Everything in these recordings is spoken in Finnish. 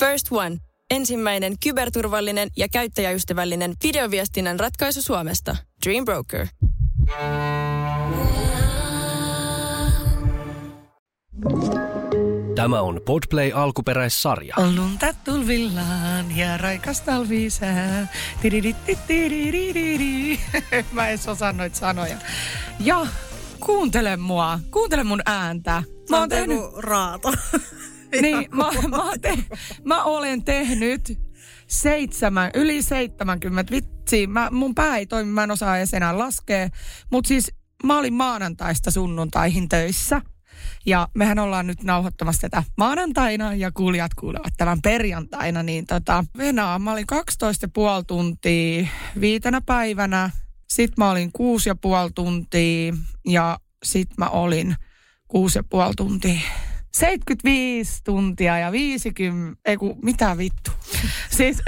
First One. Ensimmäinen kyberturvallinen ja käyttäjäystävällinen videoviestinnän ratkaisu Suomesta. Dream Broker. Tämä on Podplay alkuperäissarja. On lunta tulvillaan ja raikas talvisää. Mä en osaa noita sanoja. Ja kuuntele mua. Kuuntele mun ääntä. Mä oon tehnyt raato. Niin, mä olen tehnyt yli 70. Vitsi, mun pää ei toimi, mä en osaa edes enää laskea. Mutta siis mä olin maanantaista sunnuntaihin töissä. Ja mehän ollaan nyt nauhoittamassa tätä maanantaina ja kuulijat kuulevat tämän perjantaina. Niin Venaa, mä olin 12,5 tuntia 5 päivänä. Sitten mä olin 6,5 tuntia ja sitten mä olin 6,5 tuntia. 75 tuntia ja 50, mitä vittu. Siis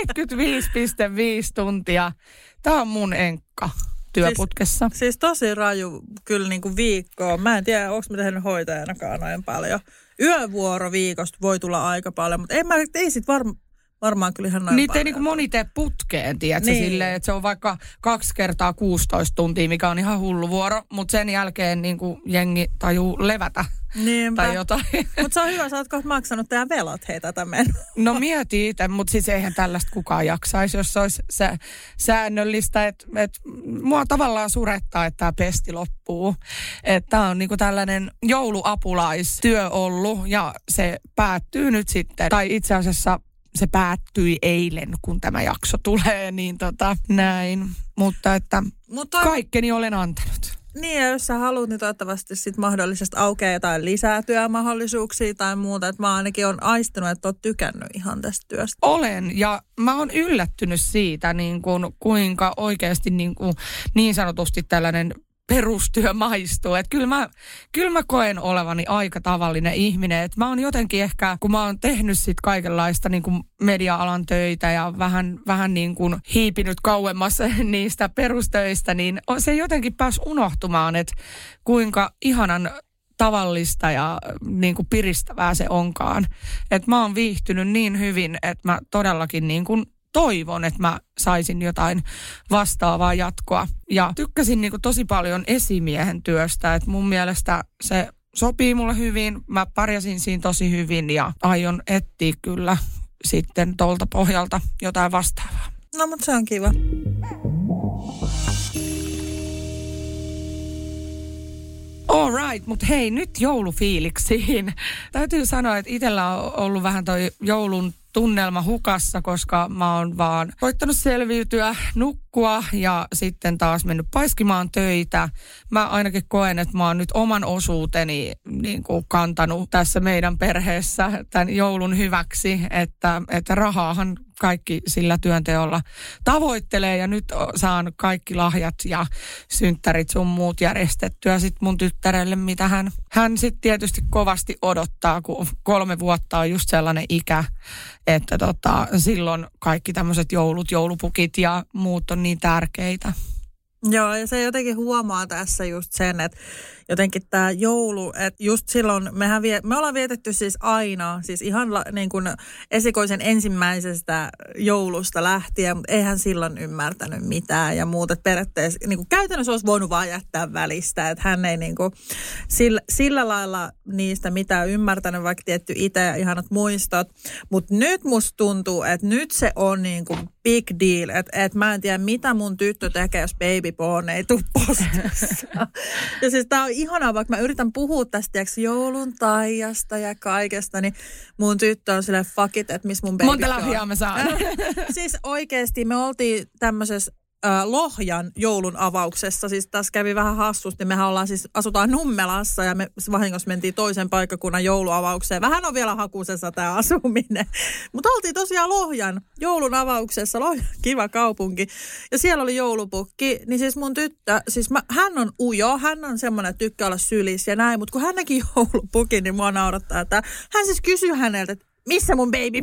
75,5 tuntia. Tää on mun enkka työputkessa. Siis tosi raju kyllä niinku viikkoa. Mä en tiedä, onko mä tehnyt hoitajanakaan noin paljon. Yövuoro viikosta voi tulla aika paljon, mutta ei sit varmaan kyllä ihan noin niitä paljon. Ei niinku moni tee putkeen, tiedätkö, niin. silleen, että se on vaikka 2 kertaa 16 tuntia, mikä on ihan hullu vuoro, mutta sen jälkeen niinku jengi tajuu levätä. Niinpä. Tai jotain. Mutta se on hyvä, sä oot kohta maksanut teidän velat, hei tätä menoa. No mieti itse, mutta siis eihän tällaista kukaan jaksaisi, jos se olisi säännöllistä. Että mua tavallaan surettaa, että tämä pesti loppuu. Että tämä on niinku tällainen jouluapulaistyö ollut ja se päättyy nyt sitten. Tai itse asiassa se päättyi eilen, kun tämä jakso tulee, niin näin. Mutta että kaikkeni olen antanut. Niin, ja jos sä haluat, niin toivottavasti sit mahdollisesti aukeaa jotain lisää työmahdollisuuksia tai muuta. Että mä ainakin on aistinut, että oot tykännyt ihan tästä työstä. Olen, ja mä oon yllättynyt siitä, niin kuinka oikeasti niin sanotusti tällainen perustyö maistuu. Että kyllä mä koen olevani aika tavallinen ihminen. Että mä oon jotenkin ehkä, kun mä oon tehnyt sit kaikenlaista niin kuin media-alan töitä ja vähän niin kuin hiipinyt kauemmas niistä perustöistä, niin se jotenkin pääsi unohtumaan, että kuinka ihanan tavallista ja niin kuin piristävää se onkaan. Että mä oon viihtynyt niin hyvin, että mä todellakin niin kuin toivon, että mä saisin jotain vastaavaa jatkoa. Ja tykkäsin niin kuin tosi paljon esimiehen työstä, että mun mielestä se sopii mulle hyvin. Mä pärjäsin siinä tosi hyvin ja aion etsiä kyllä sitten tuolta pohjalta jotain vastaavaa. No, mutta se on kiva. All right, mutta hei, nyt joulufiiliksiin. Täytyy sanoa, että itsellä on ollut vähän toi joulun tunnelma hukassa, koska mä oon vaan koittanut selviytyä, nukkua ja sitten taas mennyt paiskimaan töitä. Mä ainakin koen, että mä oon nyt oman osuuteni niin kuin kantanut tässä meidän perheessä tämän joulun hyväksi, että rahaahan kaikki sillä työnteolla tavoittelee ja nyt saan kaikki lahjat ja synttärit sun muut järjestettyä sit mun tyttärelle, mitä hän sitten tietysti kovasti odottaa, kun 3 vuotta on just sellainen ikä, että silloin kaikki tämmöiset joulupukit ja muut on niin tärkeitä. Joo, ja se jotenkin huomaa tässä just sen, että jotenkin tämä joulu, että just silloin me ollaan vietetty siis aina, siis ihan niin kuin esikoisen ensimmäisestä joulusta lähtien, mutta eihän silloin ymmärtänyt mitään ja muut, että periaatteessa niin kuin käytännössä olisi voinut vaan jättää välistä, että hän ei niin kuin sillä lailla niistä mitään ymmärtänyt, vaikka tietty itse ja ihanat muistot, mutta nyt musta tuntuu, että nyt se on niin kuin big deal, että mä en tiedä mitä mun tyttö tekee, jos baby born ei tule postissa. Ja siis tää on ihanaa, vaikka mä yritän puhua tästä joulun taijasta ja kaikesta, niin mun tyttö on silleen fuck it, että missä mun baby monta lahjaa mä saan. Siis oikeesti me oltiin tämmöisessä Lohjan joulun avauksessa. Siis tässä kävi vähän hassusti. Mehän asutaan Nummelassa ja me vahingossa mentiin toisen paikkakunnan jouluavaukseen. Vähän on vielä hakusessa tämä asuminen. Mutta oltiin tosiaan Lohjan joulun avauksessa. Lohjan kiva kaupunki. Ja siellä oli joulupukki. Niin siis mun tyttö, hän on ujo. Hän on semmoinen, että tykkää olla sylissä ja näin. Mutta kun hän näki joulupukin, niin mua naurattaa, että hän siis kysyi häneltä, että missä mun baby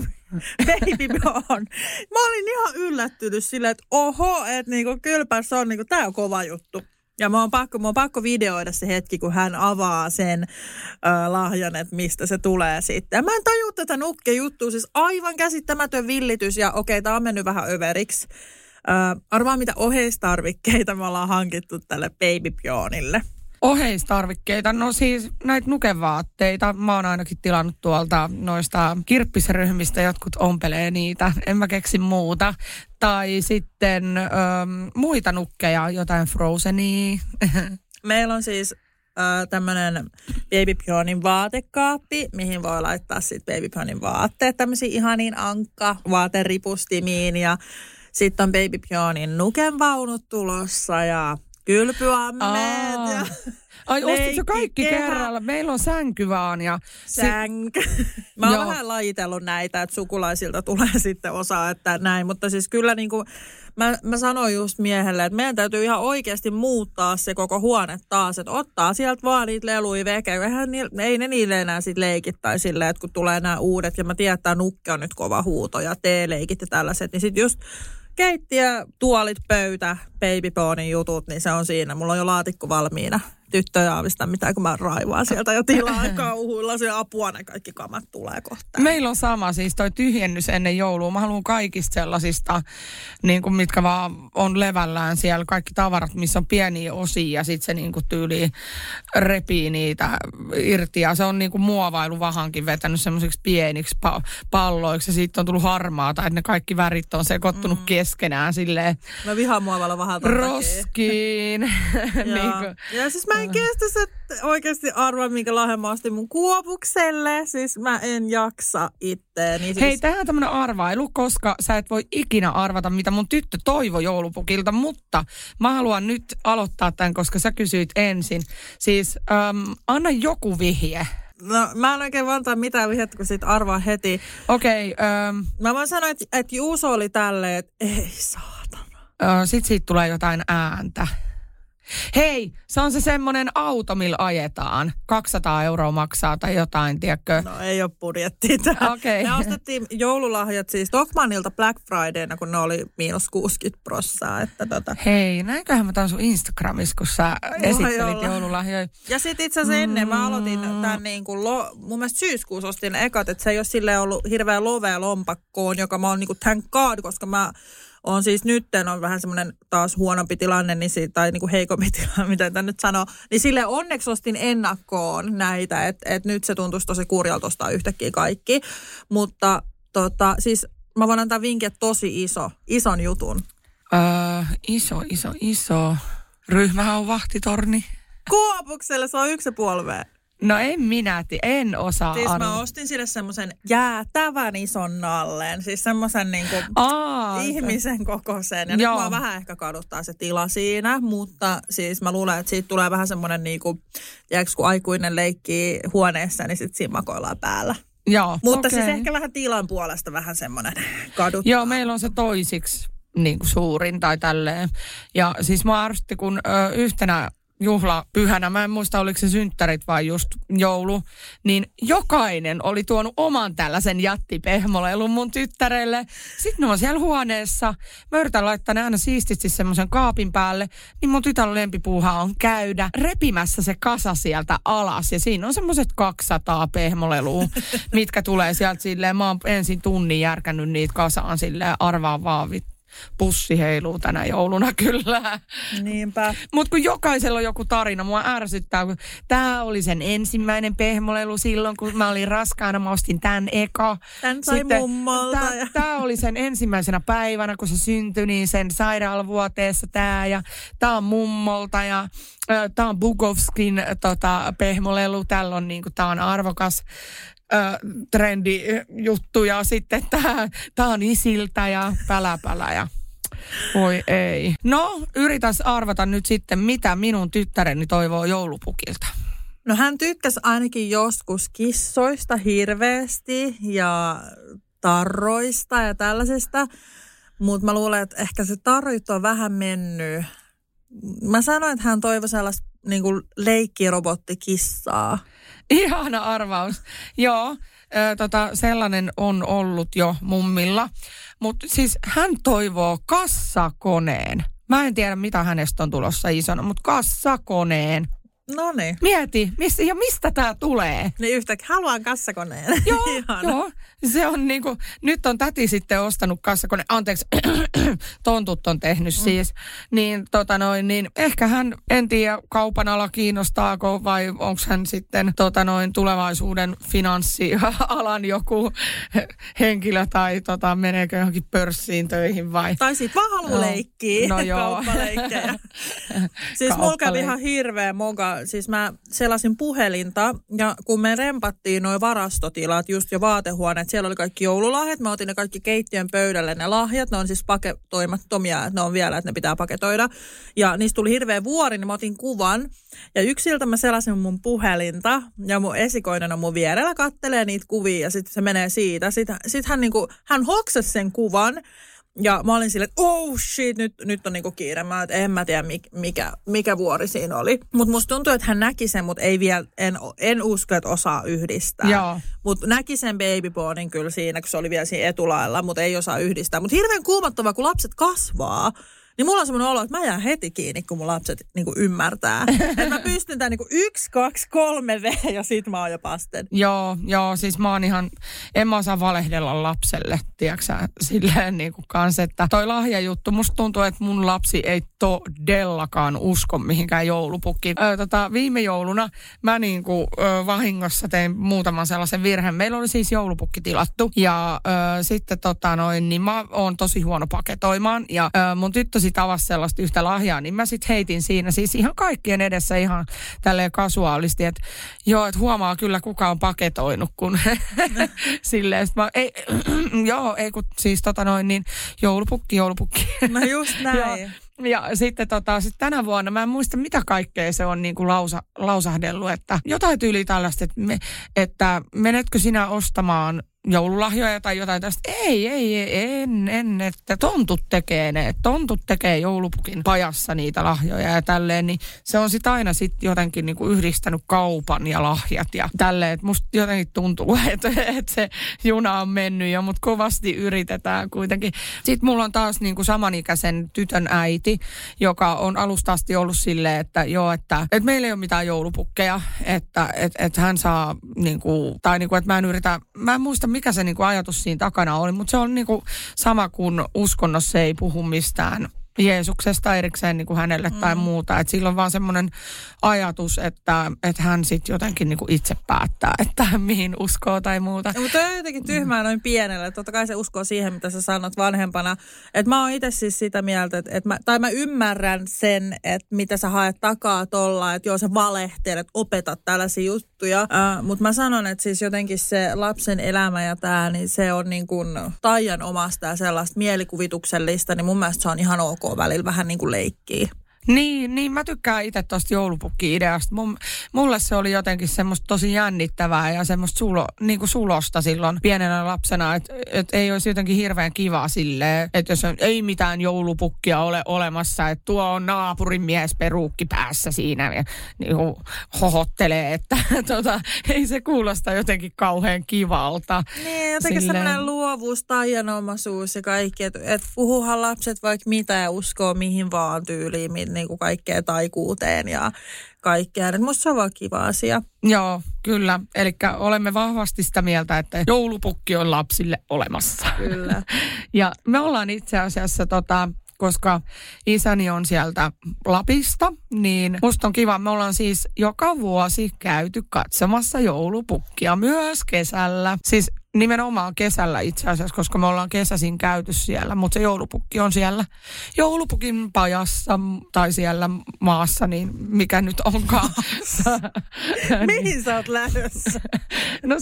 on? Mä olin ihan yllättynyt silleen, että oho, että niinku kylpässä on, niinku, tää on kova juttu. Ja mun on pakko videoida se hetki, kun hän avaa sen lahjan, että mistä se tulee sitten. Ja mä en tajua tätä nukke-juttua, siis aivan käsittämätön villitys. Ja okei, tää on mennyt vähän överiksi. Arvaa, mitä oheistarvikkeita me ollaan hankittu tälle Baby Bjornille. Oheistarvikkeita, no siis näitä nukevaatteita. Mä oon ainakin tilannut tuolta noista kirppisryhmistä, jotkut ompelee niitä, en mä keksi muuta. Tai sitten muita nukkeja, jotain Frozenia. Meillä on siis tämmöinen Baby Bjornin vaatekaappi, mihin voi laittaa sitten Baby Bjornin vaatteet tämmöisiin ihaniin vaateripustimiin. Ja sitten on Baby Bjornin nukenvaunut tulossa ja kylpyammeet ja ai, ostitko kaikki kerralla? Meillä on sänky vaan ja... Sänky. Mä oon vähän lajitellut näitä, että sukulaisilta tulee sitten osa, että näin. Mutta siis kyllä niin kuin mä sanoin just miehelle, että meidän täytyy ihan oikeasti muuttaa se koko huone taas. Että ottaa sieltä vaan niitä leluja veke. Ei ne niille enää sit leikittäisi silleen, että kun tulee nämä uudet. Ja mä tiedän, että tämä nukke on nyt kova huuto ja teeleikit ja tällaiset. Niin sit just... keittiö, tuolit, pöytä, Baby Bjornin jutut, niin se on siinä. Mulla on jo laatikko valmiina. Tyttö ei aavista mitään, kun mä raivaan sieltä jo tilaa kauhuilla. Se apua, ne kaikki kamat tulee kohta. Meillä on sama, siis toi tyhjennys ennen joulua. Mä haluan kaikista sellaisista, niin kuin mitkä vaan on levällään siellä. Kaikki tavarat, missä on pieniä osia ja sitten se niin kuin tyyli repii niitä irti. Ja se on niin kuin muovailuvahankin vetänyt semmoisiksi pieniksi palloiksi. Ja siitä on tullut harmaata, että ne kaikki värit on sekoittunut keskenään silleen. Mä vihaan muovailuvahalta. Roskiin. Niin ja siis mä en kestä se oikeasti arvaa, minkä lahjan mä ostin mun kuopukselle. Siis mä en jaksa itteeni. Siis... Hei, tehdään tämmönen arvailu, koska sä et voi ikinä arvata, mitä mun tyttö toivoi joulupukilta. Mutta mä haluan nyt aloittaa tämän, koska sä kysyit ensin. Siis anna joku vihje. No mä en oikein antaa mitään vihjettä, kun sit arvaa heti. Okei. Mä vaan sanoin, että Juuso oli tälleen, että ei saatana. Sit siitä tulee jotain ääntä. Hei, se on se semmoinen auto, millä ajetaan. 200 € maksaa tai jotain, tiedätkö? No ei ole budjettia tähän. Okay. Me ostettiin joululahjat siis Stockmannilta Black Fridayna, kun ne oli -60%. Että Hei, näinköhän mä tämän sun Instagramissa, kun sä esittelit joululahjoja. Ja sit itse asiassa ennen mä aloitin tämän niin kuin, mun mielestä syyskuussa ostin ekat, että se ei ole silleen ollut hirveän lovea lompakkoon, joka mä oon niin kuin thank God, koska mä on siis nytten on vähän semmoinen taas huonompi tilanne, niin tai niin kuin heikompi tilanne, mitä tämän nyt sanoo. Niin sille onneksi ostin ennakkoon näitä, että nyt se tuntuisi tosi kurjalta ostaa yhtäkkiä kaikki. Mutta siis mä voin antaa vinkkiä tosi ison jutun. Iso. Ryhmähän on vahtitorni. Kuopukselle se on 1,5 V. No en osaa siis mä ostin sille semmoisen jäätävän ison nalleen. Siis semmoisen niinku ihmisen kokoisen. Ja nyt mua vähän ehkä kaduttaa se tila siinä. Mutta siis mä luulen, että siitä tulee vähän semmoinen niinku, kun aikuinen leikkii huoneessa, niin sit siinä makoillaan päällä. Joo, mutta siis ehkä vähän tilan puolesta vähän semmoinen kaduttaa. Joo, meillä on se toisiksi niin kuin suurin tai tälleen. Ja siis mä ärsytti, kun yhtenä juhlapyhänä, mä en muista oliko se synttärit vai just joulu, niin jokainen oli tuonut oman tällaisen jättipehmolelun mun tyttärelle. Sitten ne on siellä huoneessa. Mä yritän laittaa ne aina siististi semmoisen kaapin päälle, niin mun tytän lempipuuha on käydä repimässä se kasa sieltä alas. Ja siinä on semmoiset 200 pehmolelua, mitkä tulee sieltä silleen. Mä oon ensin tunnin järkännyt niitä kasaan silleen, arvaan vaan pussi heiluu tänä jouluna kyllä. Niinpä. Mutta kun jokaisella on joku tarina, mua ärsyttää, kun tämä oli sen ensimmäinen pehmolelu silloin, kun mä olin raskaana, mä ostin tämän eka. Tän sai mummolta. Tämä oli sen ensimmäisenä päivänä, kun se syntyi, niin sen sairaalavuoteessa tämä ja tämä on mummolta ja tämä on Bukovskin pehmolelu, tällä on niinku, tämä on arvokas trendijuttu ja sitten tää on isiltä ja pälä ja voi ei. No, yritäs arvata nyt sitten, mitä minun tyttäreni toivoo joulupukilta. No hän tykkäsi ainakin joskus kissoista hirveästi ja tarroista ja tällaisesta, mutta mä luulen, että ehkä se tarroit on vähän mennyt. Mä sanoin, että hän toivoi sellaista niin kuin leikkirobottikissaa. Ihana arvaus. Joo, sellainen on ollut jo mummilla. Mutta siis hän toivoo kassakoneen. Mä en tiedä, mitä hänestä on tulossa isona, mutta kassakoneen. No niin. Mieti, mistä tää tulee? Niin yhtäkkiä haluan kassakoneen. Joo. Se on niinku, nyt on täti sitten ostanut kassakoneen, anteeksi, tontut on tehnyt siis. Niin niin ehkä hän, en tiedä, kaupan ala kiinnostaako vai onko hän sitten tulevaisuuden finanssialan joku henkilö tai meneekö johonkin pörssiin töihin vai. Tai sit vaan haluaa leikkiä, kauppaleikkejä. Siis mulla kävi ihan hirveä moka. Siis mä selasin puhelinta ja kun me rempattiin noi varastotilat just jo vaatehuoneet, siellä oli kaikki joululahjat. Mä otin ne kaikki keittiön pöydälle ne lahjat. Ne on siis paketoimattomia, että ne on vielä, että ne pitää paketoida. Ja niistä tuli hirveä vuori, niin mä otin kuvan. Ja yksiltä mä selasin mun puhelinta ja mun esikoinen on mun vierellä, kattelee niitä kuvia ja sitten se menee siitä. Sitten hän hoksasi sen kuvan. Ja mä olin silleen, että oh shit, nyt on niinku kiire. Mä en mä tiedä mikä vuori siinä oli. Mutta musta tuntuu, että hän näki sen, mutta ei vielä, en usko, että osaa yhdistää. Mutta näki sen babybonin kyllä siinä, kun se oli vielä siinä etulailla, mutta ei osaa yhdistää. Mutta hirveän kuumottavaa, kun lapset kasvaa. Niin mulla on semmoinen olo, että mä jään heti kiinni, kun mun lapset niinku ymmärtää. Että mä pystyn tää niinku 1, 2, 3 V ja sit mä oon jo pasten. Joo, siis mä oon ihan, en mä osaa valehdella lapselle, tiedätkö silleen niinku kans, että toi lahjajuttu, musta tuntuu, että mun lapsi ei todellakaan usko mihinkään joulupukkiin. Viime jouluna mä niinku vahingossa tein muutaman sellaisen virheen. Meillä oli siis joulupukki tilattu ja sitten niin mä oon tosi huono paketoimaan ja mun tyttö sit avasi sellaista yhtä lahjaa, niin mä sit heitin siinä siis ihan kaikkien edessä ihan tälleen kasuaalisti, että joo, että huomaa kyllä kuka on paketoinut, kun silleen, ei kun siis niin joulupukki. No just näin. Ja sitten sit tänä vuonna, mä en muista mitä kaikkea se on niin kuin lausahdellut, että jotain tyyliä tällaista, että menetkö sinä ostamaan joululahjoja tai jotain tästä. En, että tontut tekee joulupukin pajassa niitä lahjoja ja tälleen, niin se on sitten aina sitten jotenkin niinku yhdistänyt kaupan ja lahjat ja tälleen, että musta jotenkin tuntuu, että se juna on mennyt ja mut kovasti yritetään kuitenkin. Sitten mulla on taas niinku samanikäisen tytön äiti, joka on alusta asti ollut silleen, että meillä ei ole mitään joulupukkeja, että hän saa niinku, tai niinku, että mä en muista mikä se niinku ajatus siinä takana oli, mutta se on niinku sama kuin uskonnossa ei puhu mistään Jeesuksesta erikseen niin kuin hänelle tai muuta. Että sillä on vaan semmoinen ajatus, että hän sitten jotenkin niin kuin itse päättää, että mihin uskoo tai muuta. Mutta on jotenkin tyhmää noin pienellä. Totta kai se uskoo siihen, mitä sä sanot vanhempana. Että mä oon itse siis sitä mieltä, että mä ymmärrän sen, että mitä sä haet takaa tolla. Että joo, sä valehtelet, opetat tällaisia juttuja. Mutta mä sanon, että siis jotenkin se lapsen elämä ja tää, niin se on niin kuin taian omasta ja sellaista mielikuvituksellista. Niin mun mielestä se on ihan ok välillä vähän niin kuin leikkii. Niin mä tykkään itse tuosta joulupukki-ideasta. Mulle se oli jotenkin semmoista tosi jännittävää ja semmoista niinku sulosta silloin pienenä lapsena, että ei olisi jotenkin hirveän kivaa silleen, että jos ei mitään joulupukkia ole olemassa, että tuo on naapurin mies peruukki päässä siinä ja niinku hohottelee, että ei se kuulosta jotenkin kauhean kivalta. Niin, jotenkin semmoinen luovuus, taianomaisuus ja kaikki, että puhuhan lapset vaikka mitä ja uskoo mihin vaan tyyliin, niin kuin kaikkeen taikuuteen ja kaikkeen. Musta se on vaan kiva asia. Joo, kyllä. Eli olemme vahvasti sitä mieltä, että joulupukki on lapsille olemassa. Kyllä. Ja me ollaan itse asiassa koska isäni on sieltä Lapista, niin musta on kiva. Me ollaan siis joka vuosi käyty katsomassa joulupukkia myös kesällä. Siis nimenomaan kesällä itse asiassa, koska me ollaan kesäisin käyty siellä, mutta se joulupukki on siellä joulupukin pajassa tai siellä maassa, niin mikä nyt onkaan. Mihin sä oot lähdössä? No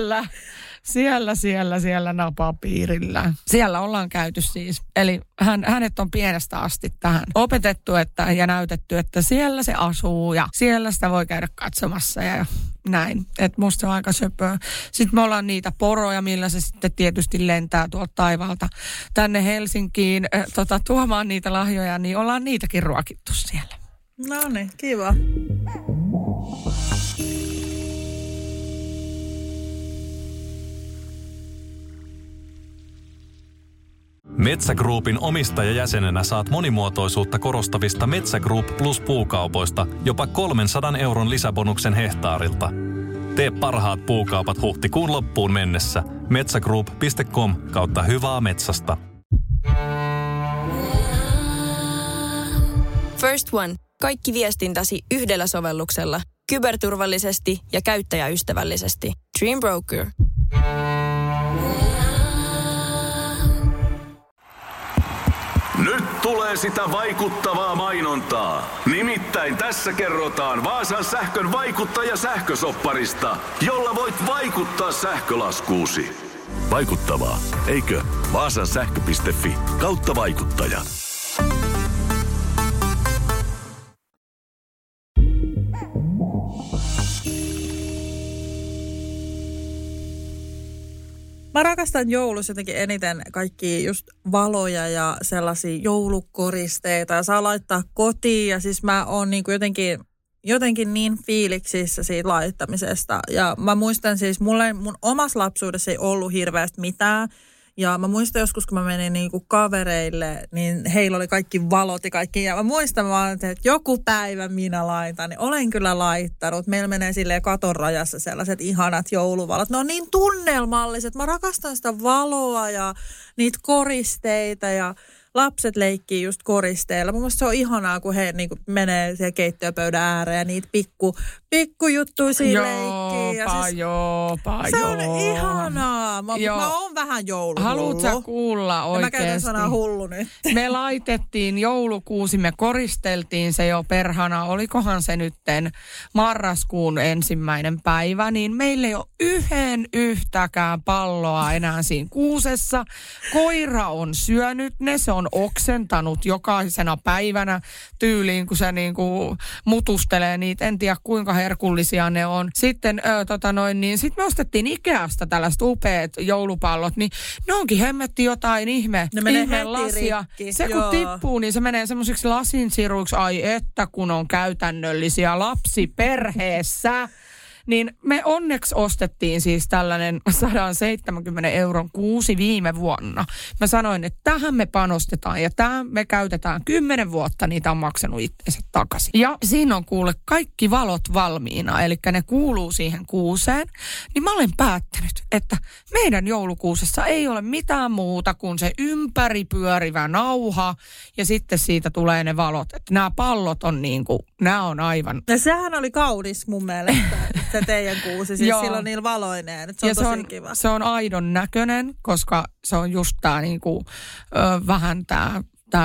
siellä napapiirillä. Siellä ollaan käyty siis. Eli hänet on pienestä asti tähän opetettu ja näytetty, että siellä se asuu ja siellä sitä voi käydä katsomassa ja näin. Että musta se on aika söpöä. Sitten me ollaan niitä poroja, millä se sitten tietysti lentää tuolta taivaalta tänne Helsinkiin tuomaan niitä lahjoja, niin ollaan niitäkin ruokittu siellä. No niin, kiva. Metsä Groupin omistajajäsenenä saat monimuotoisuutta korostavista Metsä Group Plus puukaupoista jopa 300 € lisäbonuksen hehtaarilta. Tee parhaat puukaupat huhtikuun loppuun mennessä. metsagroup.com/hyvää metsästä. First One. Kaikki viestintäsi yhdellä sovelluksella. Kyberturvallisesti ja käyttäjäystävällisesti. Dream Broker. Nyt tulee sitä vaikuttavaa mainontaa. Nimittäin tässä kerrotaan Vaasan sähkön vaikuttaja-sähkösopparista, jolla voit vaikuttaa sähkölaskuusi. Vaikuttavaa, eikö? Vaasansähkö.fi/vaikuttaja. Mä rakastan joulussa jotenkin eniten kaikkia just valoja ja sellaisia joulukoristeita ja saa laittaa kotiin. Ja siis mä oon niin kuin jotenkin niin fiiliksissä siitä laittamisesta. Ja mä muistan siis, mun omassa lapsuudessa ei ollut hirveästi mitään. Ja mä muistan joskus, kun mä menin niinku kavereille, niin heillä oli kaikki valot ja kaikki. Ja mä muistan vaan, että joku päivä minä laitan. Niin olen kyllä laittanut. Meillä menee silleen katon rajassa sellaiset ihanat jouluvalot. Ne on niin tunnelmalliset. Mä rakastan sitä valoa ja niitä koristeita ja lapset leikkii just koristeilla. Mun mielestä se on ihanaa, kun he niinku menee siihen keittiöpöydän ääreen ja niitä pikkujuttuisia leikkii. Se on ihanaa. Mä oon vähän jouluhullu. Haluut sä kuulla oikeesti? Mä käytän sanaa hullu nyt. Me laitettiin joulukuusi, me koristeltiin se jo perhana. Olikohan se nytten marraskuun 1. päivä, niin meillä ei ole yhtäkään palloa enää siinä kuusessa. Koira on syönyt ne, se on oksentanut jokaisena päivänä tyyliin, kun se niinku mutustelee niitä. En tiedä, kuinka herkullisia ne on. Sitten sit me ostettiin Ikeasta tällaiset upeat joulupallot, niin ne onkin hemmetti jotain ihme lasia. Se kun tippuu, niin se menee semmoisiksi lasinsiruiksi. Ai että, kun on käytännöllisiä lapsiperheessä. Niin me onneksi ostettiin siis tällainen 170 € kuusi viime vuonna. Mä sanoin, että tähän me panostetaan ja tähän me käytetään 10 vuotta, niitä on maksanut itsensä takaisin. Ja siinä on kuule kaikki valot valmiina, eli ne kuuluu siihen kuuseen. Niin mä olen päättänyt, että meidän joulukuusessa ei ole mitään muuta kuin se ympäripyörivä nauha ja sitten siitä tulee ne valot. Että nämä pallot on nämä on aivan... Ja sehän oli kaunis mun mielestä. Se teidän kuusi, siis silloin niillä valoineen. Se on tosi kiva. Se on aidon näköinen, koska se on just tää vähän tää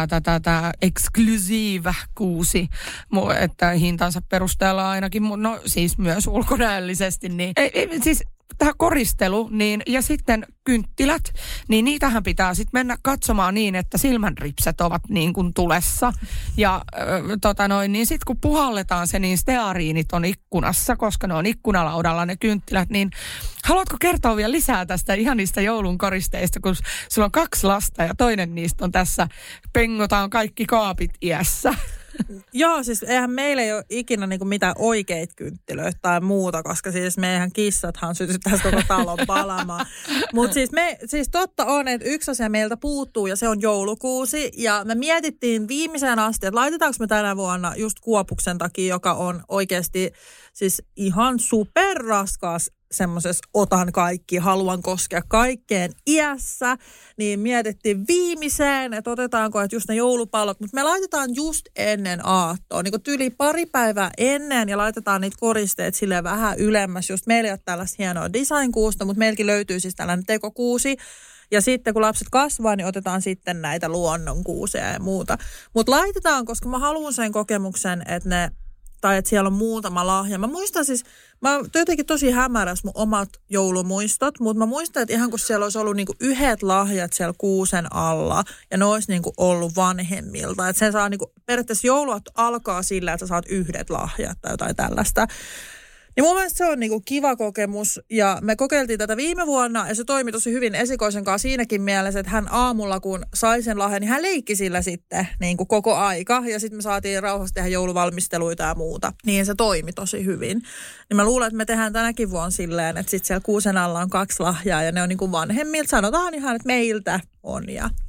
exclusive kuusi, että hintansa perusteella ainakin, no siis myös ulkonäöllisesti, niin siis tämä koristelu, niin, ja sitten kynttilät, niin niitähän pitää sitten mennä katsomaan niin, että silmänripset ovat niin kuin tulessa. Ja niin sitten kun puhalletaan se, niin steariinit on ikkunassa, koska ne on ikkunalaudalla ne kynttilät, niin haluatko kertoa vielä lisää tästä ihanista joulun koristeista, kun sulla on 2 lasta ja toinen niistä on tässä, pengotaan kaikki kaapit iässä. Joo, siis eihän meillä ei ole ikinä niinku mitään oikeita kynttilöitä tai muuta, koska siis meidän kissathan sytyttäisi koko talon palamaan. Mutta siis totta on, että yksi asia meiltä puuttuu ja se on joulukuusi. Ja me mietittiin viimeiseen asti, että laitetaanko me tänä vuonna just Kuopuksen takia, joka on oikeasti siis ihan superraskas semmoisessa otan kaikki, haluan koskea kaikkeen iässä, niin mietittiin viimeiseen, että otetaanko, että just ne joulupallot, mutta me laitetaan just ennen aattoa, niin kuin tyyli pari päivää ennen ja laitetaan niitä koristeet silleen vähän ylemmäs, just meillä ei ole tällaista hienoa designkuusta, mutta meilläkin löytyy siis tällainen tekokuusi. Ja sitten kun lapset kasvaa, niin otetaan sitten näitä luonnonkuuseja ja muuta. Mutta laitetaan, koska mä haluan sen kokemuksen, että siellä on muutama lahja. Mä muistan siis, mä oon jotenkin tosi hämärässä mun omat joulumuistot, mutta mä muistan, että ihan kun siellä olisi ollut niinku yhdet lahjat siellä kuusen alla ja ne olisi niinku ollut vanhemmilta. Että sen saa niinku, periaatteessa joulut alkaa sillä, että sä saat yhdet lahjat tai jotain tällaista. Niin mun mielestä se on niinku kiva kokemus ja me kokeiltiin tätä viime vuonna ja se toimi tosi hyvin esikoisen kanssa siinäkin mielessä, että hän aamulla kun sai sen lahjan, niin hän leikki sillä sitten niinku koko aika ja sitten me saatiin rauhassa tehdä jouluvalmisteluita ja muuta. Niin se toimi tosi hyvin. Niin mä luulen, että me tehdään tänäkin vuonna silleen, että sitten siellä kuusen alla on 2 lahjaa ja ne on niinku vanhemmilta, sanotaan ihan, että meiltä on ja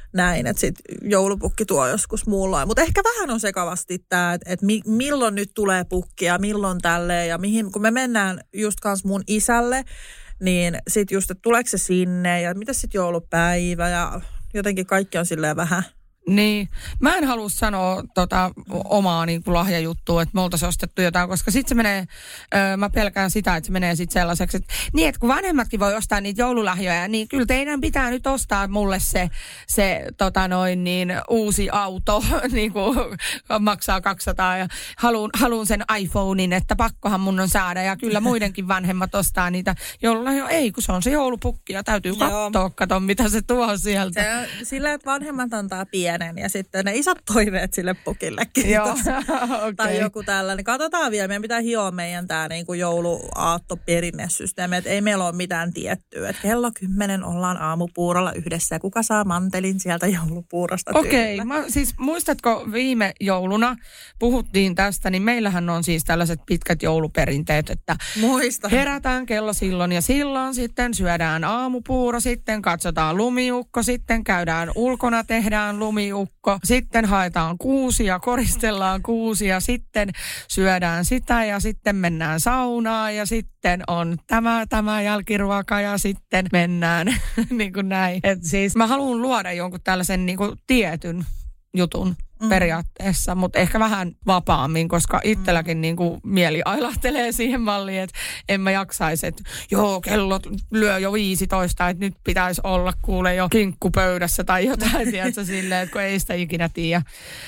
näin, että sit joulupukki tuo joskus muulloin. Mutta ehkä vähän on sekavasti tämä, että milloin nyt tulee pukki ja milloin tälleen ja mihin, kun me mennään just kans mun isälle, niin sit just, että tuleeko se sinne ja mitä sit joulupäivä ja jotenkin kaikki on silleen vähän. Niin. Mä en halua sanoa omaa niin kuin lahjajuttua, että me oltaisiin ostettu jotain, koska sitten se menee, mä pelkään sitä, että se menee sitten sellaiseksi, että niin, että kun vanhemmatkin voi ostaa niitä joululahjoja, niin kyllä teidän pitää nyt ostaa mulle se uusi auto, niin kuin maksaa 200 ja haluun sen iPhonein, että pakkohan mun on saada ja kyllä muidenkin vanhemmat ostaa niitä joululahjoja. Ei, kun se on se joulupukki ja täytyy katsoa, mitä se tuo sieltä. Se, sillä, että vanhemmat antaa pienen ja sitten ne isot toiveet sille pukillekin. Joo, okay. Tai joku tällainen. Katsotaan vielä, meidän pitää hioa meidän tämä niinku jouluaattoperinnesysteemi, että ei meillä ole mitään tiettyä. Että kello 10 ollaan aamupuurolla yhdessä ja kuka saa mantelin sieltä joulupuurosta Okei, siis muistatko viime jouluna puhuttiin tästä, niin meillähän on siis tällaiset pitkät jouluperinteet, että Muistan. Herätään kello silloin ja silloin, sitten syödään aamupuuro, sitten katsotaan lumiukko, sitten käydään ulkona, tehdään lumiukko, sitten haetaan kuusia, koristellaan kuusia, sitten syödään sitä ja sitten mennään saunaan ja sitten on tämä jälkiruoka ja sitten mennään niin kuin näin. Et siis mä haluan luoda jonkun tällaisen niin kuin tietyn jutun periaatteessa, mutta ehkä vähän vapaammin, koska itselläkin niin kuin mieli ailahtelee siihen malliin, että en mä jaksaisi, että joo, kello lyö jo 15, että nyt pitäisi olla kuule jo kinkkupöydässä tai jotain, tiedätkö, silleen, että kun ei sitä ikinä tiedä,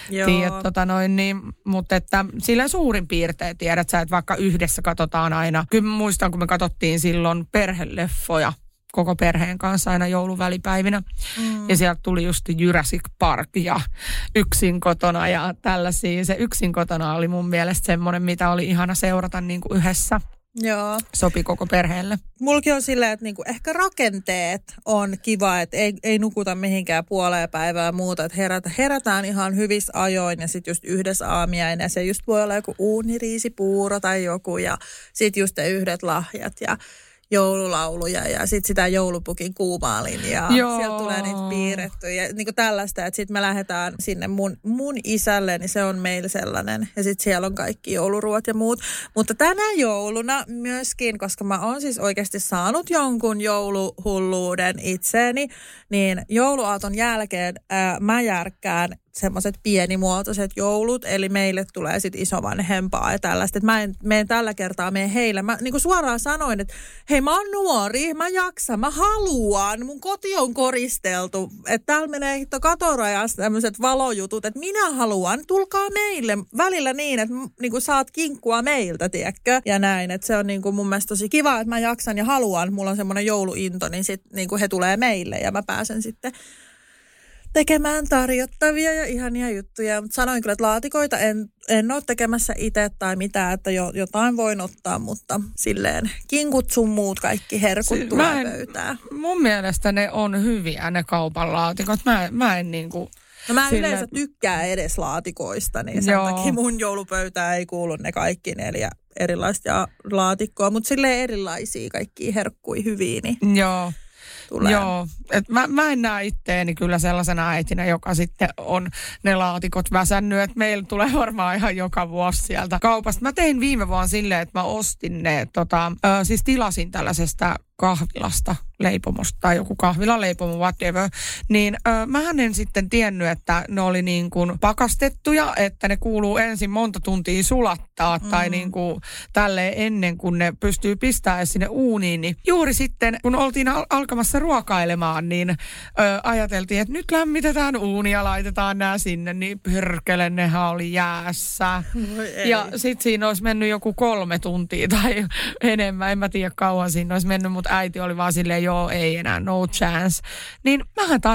niin, mutta että sillä suurin piirtein tiedät sä, että vaikka yhdessä katsotaan aina, kyllä muistan, kun me katsottiin silloin perheleffoja, koko perheen kanssa aina jouluvälipäivinä. Ja sieltä tuli just Jurassic Park ja Yksin kotona ja tällaisia. Se Yksin kotona oli mun mielestä semmoinen, mitä oli ihana seurata niin kuin yhdessä. Joo. Sopi koko perheelle. Mulki on silleen, että niinku ehkä rakenteet on kiva, että ei nukuta mihinkään puoleen päivää ja muuta. Että herätään ihan hyvissä ajoin ja sitten just yhdessä aamiainen. Ja se just voi olla joku uuniriisipuuro tai joku ja sitten just ne yhdet lahjat ja joululauluja ja sitten sitä joulupukin kuumaalinjaa. Sieltä tulee niitä piirrettyjä ja niinku tällaista, että sitten me lähdetään sinne mun isälle, niin se on meillä sellainen. Ja sitten siellä on kaikki jouluruot ja muut. Mutta tänä jouluna myöskin, koska mä oon siis oikeasti saanut jonkun jouluhulluuden itseeni, niin jouluaaton jälkeen mä järkkään semmoiset pienimuotoiset joulut, eli meille tulee sitten isovanhempaa ja tällaista. Että mä en mene tällä kertaa mene heille. Mä niin kuin suoraan sanoin, että hei, mä oon nuori, mä jaksan, mä haluan, mun koti on koristeltu. Että täällä menee katorajassa tämmöiset valojutut, että minä haluan, tulkaa meille. Välillä niin, että niin kuin saat kinkkua meiltä, tiedätkö? Ja näin, että se on niin kuin mun mielestä tosi kiva, että mä jaksan ja haluan. Mulla on semmoinen jouluinto, niin sitten niin kuin he tulee meille ja mä pääsen sitten tekemään tarjottavia ja ihania juttuja. Mutta sanoin kyllä, että laatikoita en ole tekemässä itse tai mitään, että jotain voin ottaa, mutta silleen kinkut sun muut kaikki herkut tulee pöytään. Mun mielestä ne on hyviä ne kaupan laatikot. Mä en niinku... No mä yleensä tykkään edes laatikoista, niin sen takia mun joulupöytään ei kuulu ne kaikki 4 erilaista laatikkoa, mutta silleen erilaisia kaikkia herkkuja hyviä, niin... Joo. Tulee. Joo, että mä en näe itteeni kyllä sellaisena äitinä, joka sitten on ne laatikot väsännyt, että meillä tulee varmaan ihan joka vuosi sieltä kaupasta. Mä tein viime vuonna silleen, että mä ostin ne, siis tilasin tällaisesta kahvilasta, leipomosta tai joku kahvilaleipomo, whatever, niin mähän en sitten tiennyt, että ne oli niin kuin pakastettuja, että ne kuuluu ensin monta tuntia sulattaa tai niin kuin tälleen ennen kuin ne pystyy pistämään sinne uuniin. Niin juuri sitten, kun oltiin alkamassa ruokailemaan, niin ajateltiin, että nyt lämmitetään uunia, laitetaan nämä sinne, niin pyrkele, nehän oli jäässä. Ja sitten siinä olisi mennyt joku 3 tuntia tai enemmän, en mä tiedä kauan siinä olisi mennyt, mutta äiti oli vaan silleen, joo, ei enää, no chance. Niin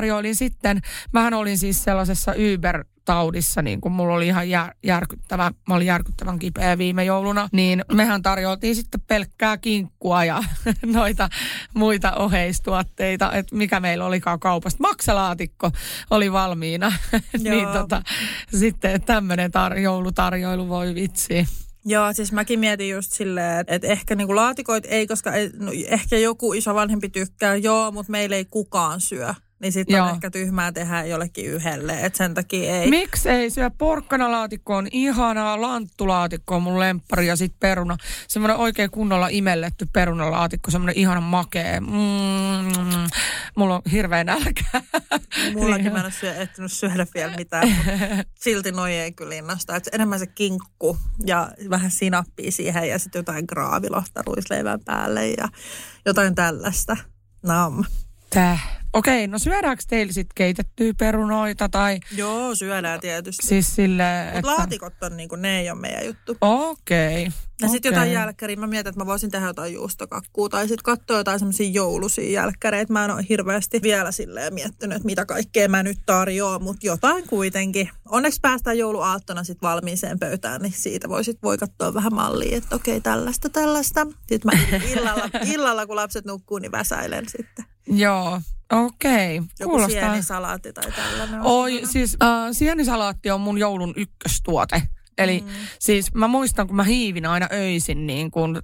mähän olin siis sellaisessa Uber-taudissa, niin kun mulla oli ihan mä olin järkyttävän kipeä viime jouluna, niin mehän tarjoltiin sitten pelkkää kinkkua ja noita muita oheistuotteita, että mikä meillä olikaan kaupasta. Maksalaatikko oli valmiina, niin sitten tämmöinen joulutarjoilu voi vitsi. Joo, siis mäkin mietin just silleen, että ehkä niinku laatikoit ei, koska ehkä joku isovanhempi tykkää, mutta meillä ei kukaan syö niin sitten on ehkä tyhmää tehdä jollekin yhdelle, että sen takia ei. Miksi ei syö? Porkkanalaatikko on ihanaa, lanttulaatikko on mun lemppari ja sitten peruna. Semmoinen oikein kunnolla imelletty perunalaatikko, semmoinen ihana makea. Mulla on hirveä nälkä. Mullakin mä en ole ehtinyt syödä vielä mitään, mutta silti noi ei kyllä innosta. Että enemmän se kinkku ja vähän sinappia siihen ja sitten jotain graavilohta ruisleivän päälle ja jotain tällaista. Nam. Okei, no syödäänkö teillä sitten keitettyä perunoita tai... Joo, syödään tietysti. Siis silleen, mutta laatikot on niinku, ne ei ole meidän juttu. Okei. Ja sitten jotain jälkkäriä. Mä mietin, että mä voisin tehdä jotain juustokakkua tai sitten katsoa jotain semmoisia jouluisia jälkkäreitä. Mä en ole hirveästi vielä silleen miettinyt, että mitä kaikkea mä nyt tarjoan, mutta jotain kuitenkin. Onneksi päästään jouluaattona sitten valmiiseen pöytään, niin siitä voi katsoa vähän mallia, että okei, tällaista. Sitten mä illalla, kun lapset nukkuu, niin väsäilen sitten. Joo. Okei. Joku sienisalaatti tai tällainen. Siis sienisalaatti on mun joulun ykköstuote. Eli siis mä muistan, kun mä hiivin aina öisin niin kuin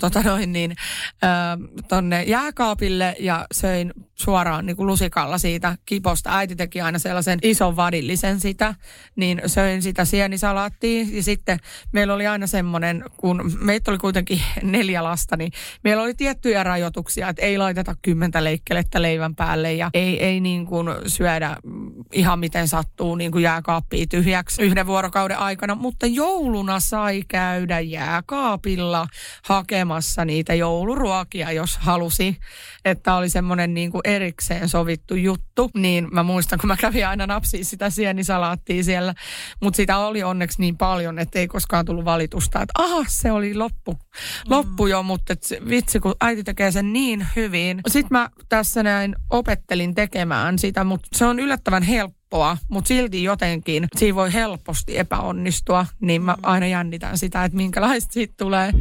tonne jääkaapille ja söin suoraan niin kuin lusikalla siitä kiposta. Äiti teki aina sellaisen ison vadillisen sitä, niin söin sitä sienisalaattia. Ja sitten meillä oli aina semmoinen, kun meitä oli kuitenkin 4 lasta, niin meillä oli tiettyjä rajoituksia, että ei laiteta 10 leikkelettä leivän päälle ja ei niin kuin syödä ihan miten sattuu niin kuin jääkaappia tyhjäksi 1 vuorokauden aikana, mutta jouluna sai käydä jääkaapilla hakemassa niitä jouluruokia, jos halusi, että oli semmoinen niin kuin erikseen sovittu juttu. Niin mä muistan, kun mä kävin aina napsia sitä sienisalaattia siellä, mutta sitä oli onneksi niin paljon, että ei koskaan tullut valitusta, että se oli loppu jo, mutta vitsi, kun äiti tekee sen niin hyvin. Sitten mä tässä näin opettelin tekemään sitä, mutta se on yllättävän helppoa, mutta silti jotenkin siinä voi helposti epäonnistua, niin mä aina jännitän sitä, että minkälaista siitä tulee.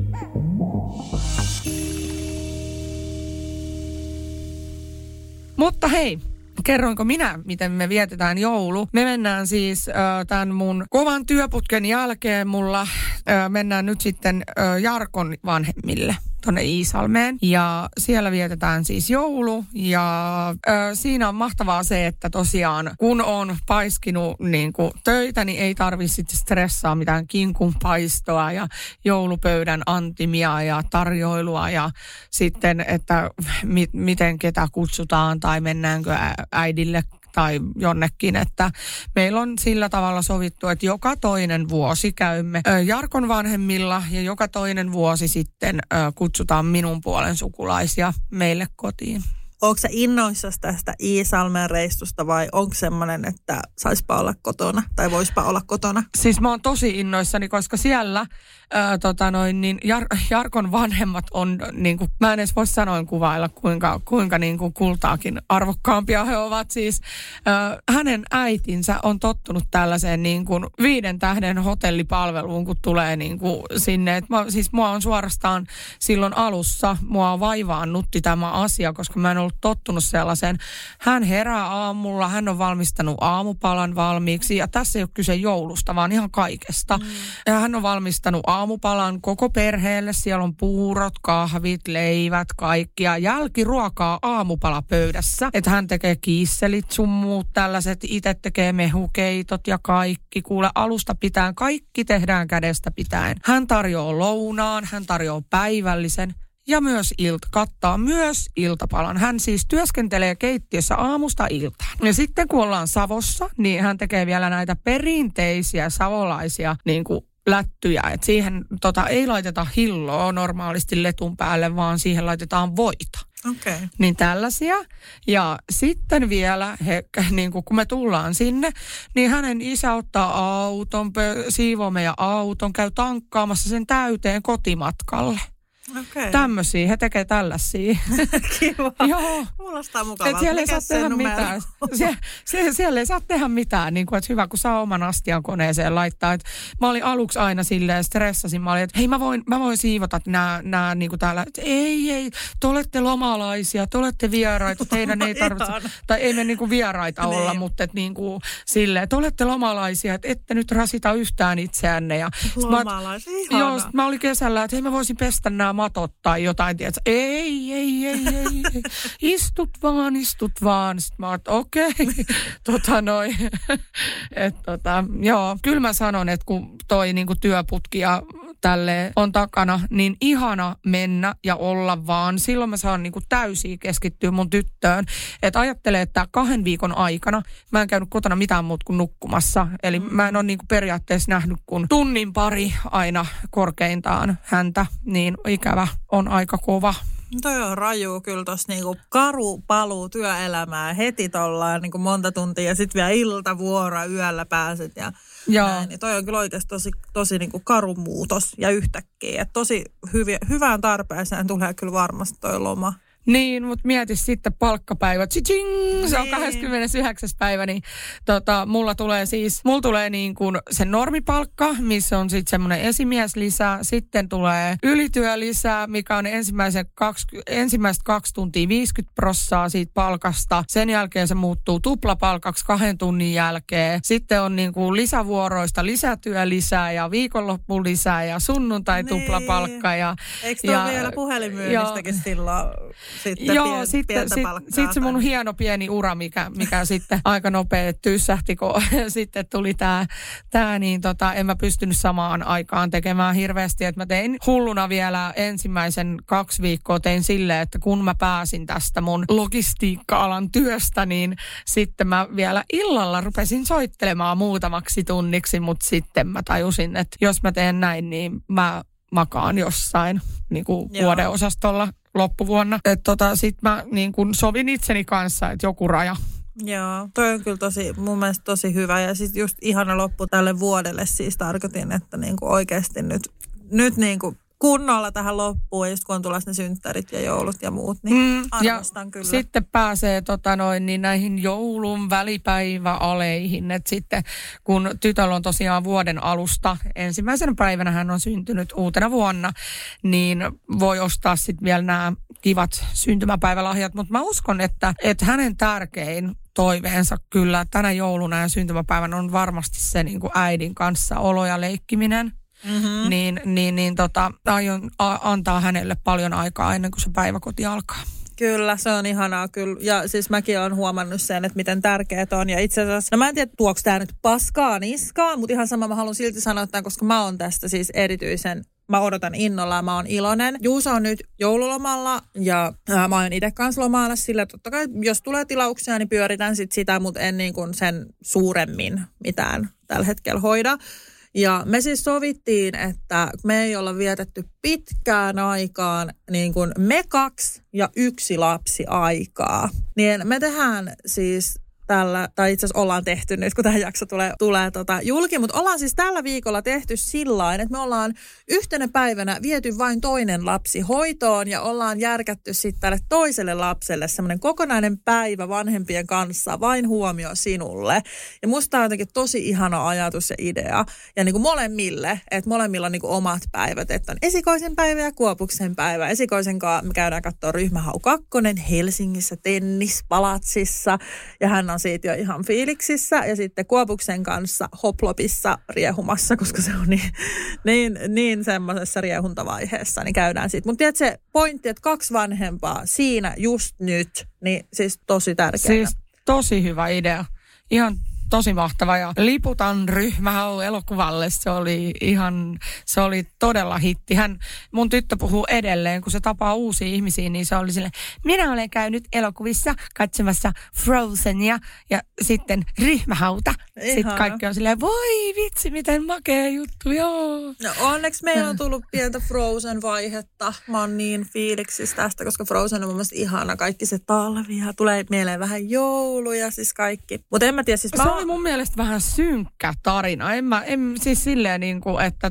Mutta hei, kerroinko minä, miten me vietetään joulu? Me mennään siis tämän mun kovan työputken jälkeen mennään nyt sitten Jarkon vanhemmille tuonne Iisalmeen. Ja siellä vietetään siis joulu. Ja siinä on mahtavaa se, että tosiaan kun on paiskinut niin kuin töitä, niin ei tarvitse sitten stressaa mitään kinkunpaistoa ja joulupöydän antimia ja tarjoilua. Ja sitten, että miten ketä kutsutaan tai mennäänkö äidille tai jonnekin, että meillä on sillä tavalla sovittu, että joka toinen vuosi käymme Jarkon vanhemmilla ja joka toinen vuosi sitten kutsutaan minun puolen sukulaisia meille kotiin. Onko sä innoissasi tästä Iisalmen reissusta vai onko semmoinen, että saispa olla kotona tai voispa olla kotona? Siis mä oon tosi innoissani, koska siellä Jarkon vanhemmat on, niin kuin, mä en edes voi sanoin kuvailla, kuinka niin kuin kultaakin arvokkaampia he ovat. Siis hänen äitinsä on tottunut tällaiseen niin kuin 5 tähden hotellipalveluun, kun tulee niin kuin sinne. Mua on suorastaan silloin alussa, mua vaivaannutti tämä asia, koska mä en ollut tottunut sellaiseen. Hän herää aamulla, hän on valmistanut aamupalan valmiiksi ja tässä ei ole kyse joulusta, vaan ihan kaikesta. Ja hän on valmistanut aamupalan koko perheelle. Siellä on puurot, kahvit, leivät, kaikkia. Jälkiruokaa aamupalapöydässä. Että hän tekee kiisselit, sun muut tällaiset. Itse tekee mehukeitot ja kaikki. Kuule, alusta pitäen. Kaikki tehdään kädestä pitäen. Hän tarjoaa lounaan, hän tarjoaa päivällisen. Ja myös kattaa myös iltapalan. Hän siis työskentelee keittiössä aamusta iltaan. Ja sitten kun ollaan Savossa, niin hän tekee vielä näitä perinteisiä savolaisia niin kuin lättyjä. Että siihen ei laiteta hilloa normaalisti letun päälle, vaan siihen laitetaan voita. Okay. Niin tällaisia. Ja sitten vielä, niin kun me tullaan sinne, niin hänen isä ottaa auton, siivoo meidän auton, käy tankkaamassa sen täyteen kotimatkalle. Okay. Tämmöisiä, he tekee tällaisia. Kiva. Joo. Kuulostaa mukavalta. Siellä ei saa tehdä mitään. Siellä ei saa tehdä mitään, niin kuin, että hyvä kun saa oman astian koneeseen laittaa. Että mä olin aluksi aina silleen, stressasin. Mä olin, että hei mä voin siivota nämä niin kuin täällä. Että ei, te olette lomalaisia, te olette vieraita, teidän ei tarvitse, tai ei me niin kuin vieraita olla, mutta että niin kuin silleen, että olette lomalaisia, että ette nyt rasita yhtään itseänne. Ja lomalaisia, ihanaa. Joo, mä olin kesällä, että hei mä voisin pestä nämä matot tai jotain, tiedätkö? Ei. Istut vaan. Sitten mä oon, okei. Joo, kyllä mä sanon, että kun toi niinku työputki ja tälleen on takana, niin ihana mennä ja olla vaan. Silloin mä saan niinku täysin keskittyä mun tyttöön. Että ajattelee, että 2 viikon aikana mä en käynyt kotona mitään muuta kuin nukkumassa. Eli mä en ole niinku periaatteessa nähnyt kuin tunnin pari aina korkeintaan häntä. Niin ikävä on aika kova. Toi on raju kyllä tossa niinku karu paluu työelämään heti tollaan niinku monta tuntia ja sit vielä iltavuoroa yöllä pääset ja näin. Niin toi on kyllä oikeasti tosi niinku karu muutos ja yhtäkkiä. Et tosi hyvään tarpeeseen tulee kyllä varmasti toi loma. Niin, mutta mieti sitten palkkapäivä. Tsi-tsing! Se on 29. päivä, niin mulla tulee niin kuin se normipalkka, missä on sitten semmoinen esimieslisä. Sitten tulee ylityölisä, mikä on ensimmäiset 2 tuntia 50% siitä palkasta. Sen jälkeen se muuttuu tuplapalkaksi 2 tunnin jälkeen. Sitten on niin kuin lisävuoroista lisätyölisää ja viikonloppu lisää ja sunnuntai tuplapalkka. Ja, eikö tuo vielä puhelinmyynnistäkin silloin? Sitten se mun hieno pieni ura, mikä sitten aika nopea tyssähti, kun sitten tuli tää niin en mä pystynyt samaan aikaan tekemään hirveästi, että mä tein hulluna vielä ensimmäisen 2 viikkoa tein silleen, että kun mä pääsin tästä mun logistiikka-alan työstä, niin sitten mä vielä illalla rupesin soittelemaan muutamaksi tunniksi, mutta sitten mä tajusin, että jos mä teen näin, niin mä makaan jossain niin kuin vuodeosastolla loppuvuonna. Että sit mä niin kun sovin itseni kanssa, että joku raja. Joo, toi on kyllä mun mielestä tosi hyvä. Ja sitten just ihana loppu tälle vuodelle siis tarkoitin, että niinku oikeasti nyt niinku kunnolla tähän loppuun. Ja just kun on tulossa ne synttärit ja joulut ja muut, niin arvostan kyllä. Sitten pääsee niin näihin joulun välipäiväaleihin. Että sitten kun tytöllä on tosiaan vuoden alusta, ensimmäisenä päivänä hän on syntynyt uutena vuonna, niin voi ostaa sitten vielä nämä kivat syntymäpäivälahjat. Mutta mä uskon, että hänen tärkein toiveensa kyllä tänä jouluna ja syntymäpäivän on varmasti se niin kuin äidin kanssa olo ja leikkiminen. Mm-hmm. Niin aion antaa hänelle paljon aikaa ennen kuin se päiväkoti alkaa. Kyllä, se on ihanaa kyllä. Ja siis mäkin olen huomannut sen, että miten tärkeää on. Ja itse asiassa, mä en tiedä, tuoks tää nyt paskaa niskaan, mutta ihan sama mä haluan silti sanoa tämän, koska mä oon tästä siis mä odotan innolla ja mä oon iloinen. Juuso on nyt joululomalla ja mä oon itse kanssa lomailla sillä. Totta kai, jos tulee tilauksia, niin pyöritän sitä, mutta en niin kuin sen suuremmin mitään tällä hetkellä hoida. Ja me siis sovittiin, että me ei olla vietetty pitkään aikaan niin kuin me 2 ja 1 lapsi aikaa. Niin me tehdään siis tällä, tai itse asiassa ollaan tehty nyt, kun tämä jakso tulee julki, mutta ollaan siis tällä viikolla tehty sillain, että me ollaan yhtenä päivänä viety vain toinen lapsi hoitoon ja ollaan järkätty sitten tälle toiselle lapselle semmoinen kokonainen päivä vanhempien kanssa, vain huomio sinulle. Ja musta on jotenkin tosi ihana ajatus ja idea. Ja niin kuin molemmille, että molemmilla on niin kuin omat päivät, että on esikoisen päivä ja Kuopuksen päivä. Esikoisen kanssa me käydään katsoa Ryhmähau 2 Helsingissä tennispalatsissa ja hän on siitä jo ihan fiiliksissä ja sitten Kuopuksen kanssa Hoplopissa riehumassa, koska se on niin semmoisessa riehuntavaiheessa, niin käydään siitä. Mutta tiedätkö se pointti, että 2 vanhempaa siinä just nyt, niin siis tosi tärkeää. Siis tosi hyvä idea. Ihan tosi mahtava ja liputan Ryhmähau elokuvalle. Se oli todella hitti. Mun tyttö puhuu edelleen, kun se tapaa uusia ihmisiä, niin se oli silleen, minä olen käynyt elokuvissa katsomassa Frozenia ja sitten Ryhmähauta. Ihana. Sitten kaikki on silleen, voi vitsi, miten makea juttu, joo. No onneksi meillä on tullut pientä Frozen-vaihetta. Mä oon niin fiiliksissä tästä, koska Frozen on mun mielestä ihana. Kaikki se talvi ja tulee mieleen vähän jouluja, siis kaikki. Mutta en mä tiedä, siis se oli mun mielestä vähän synkkä tarina. En siis silleen niin kuin, että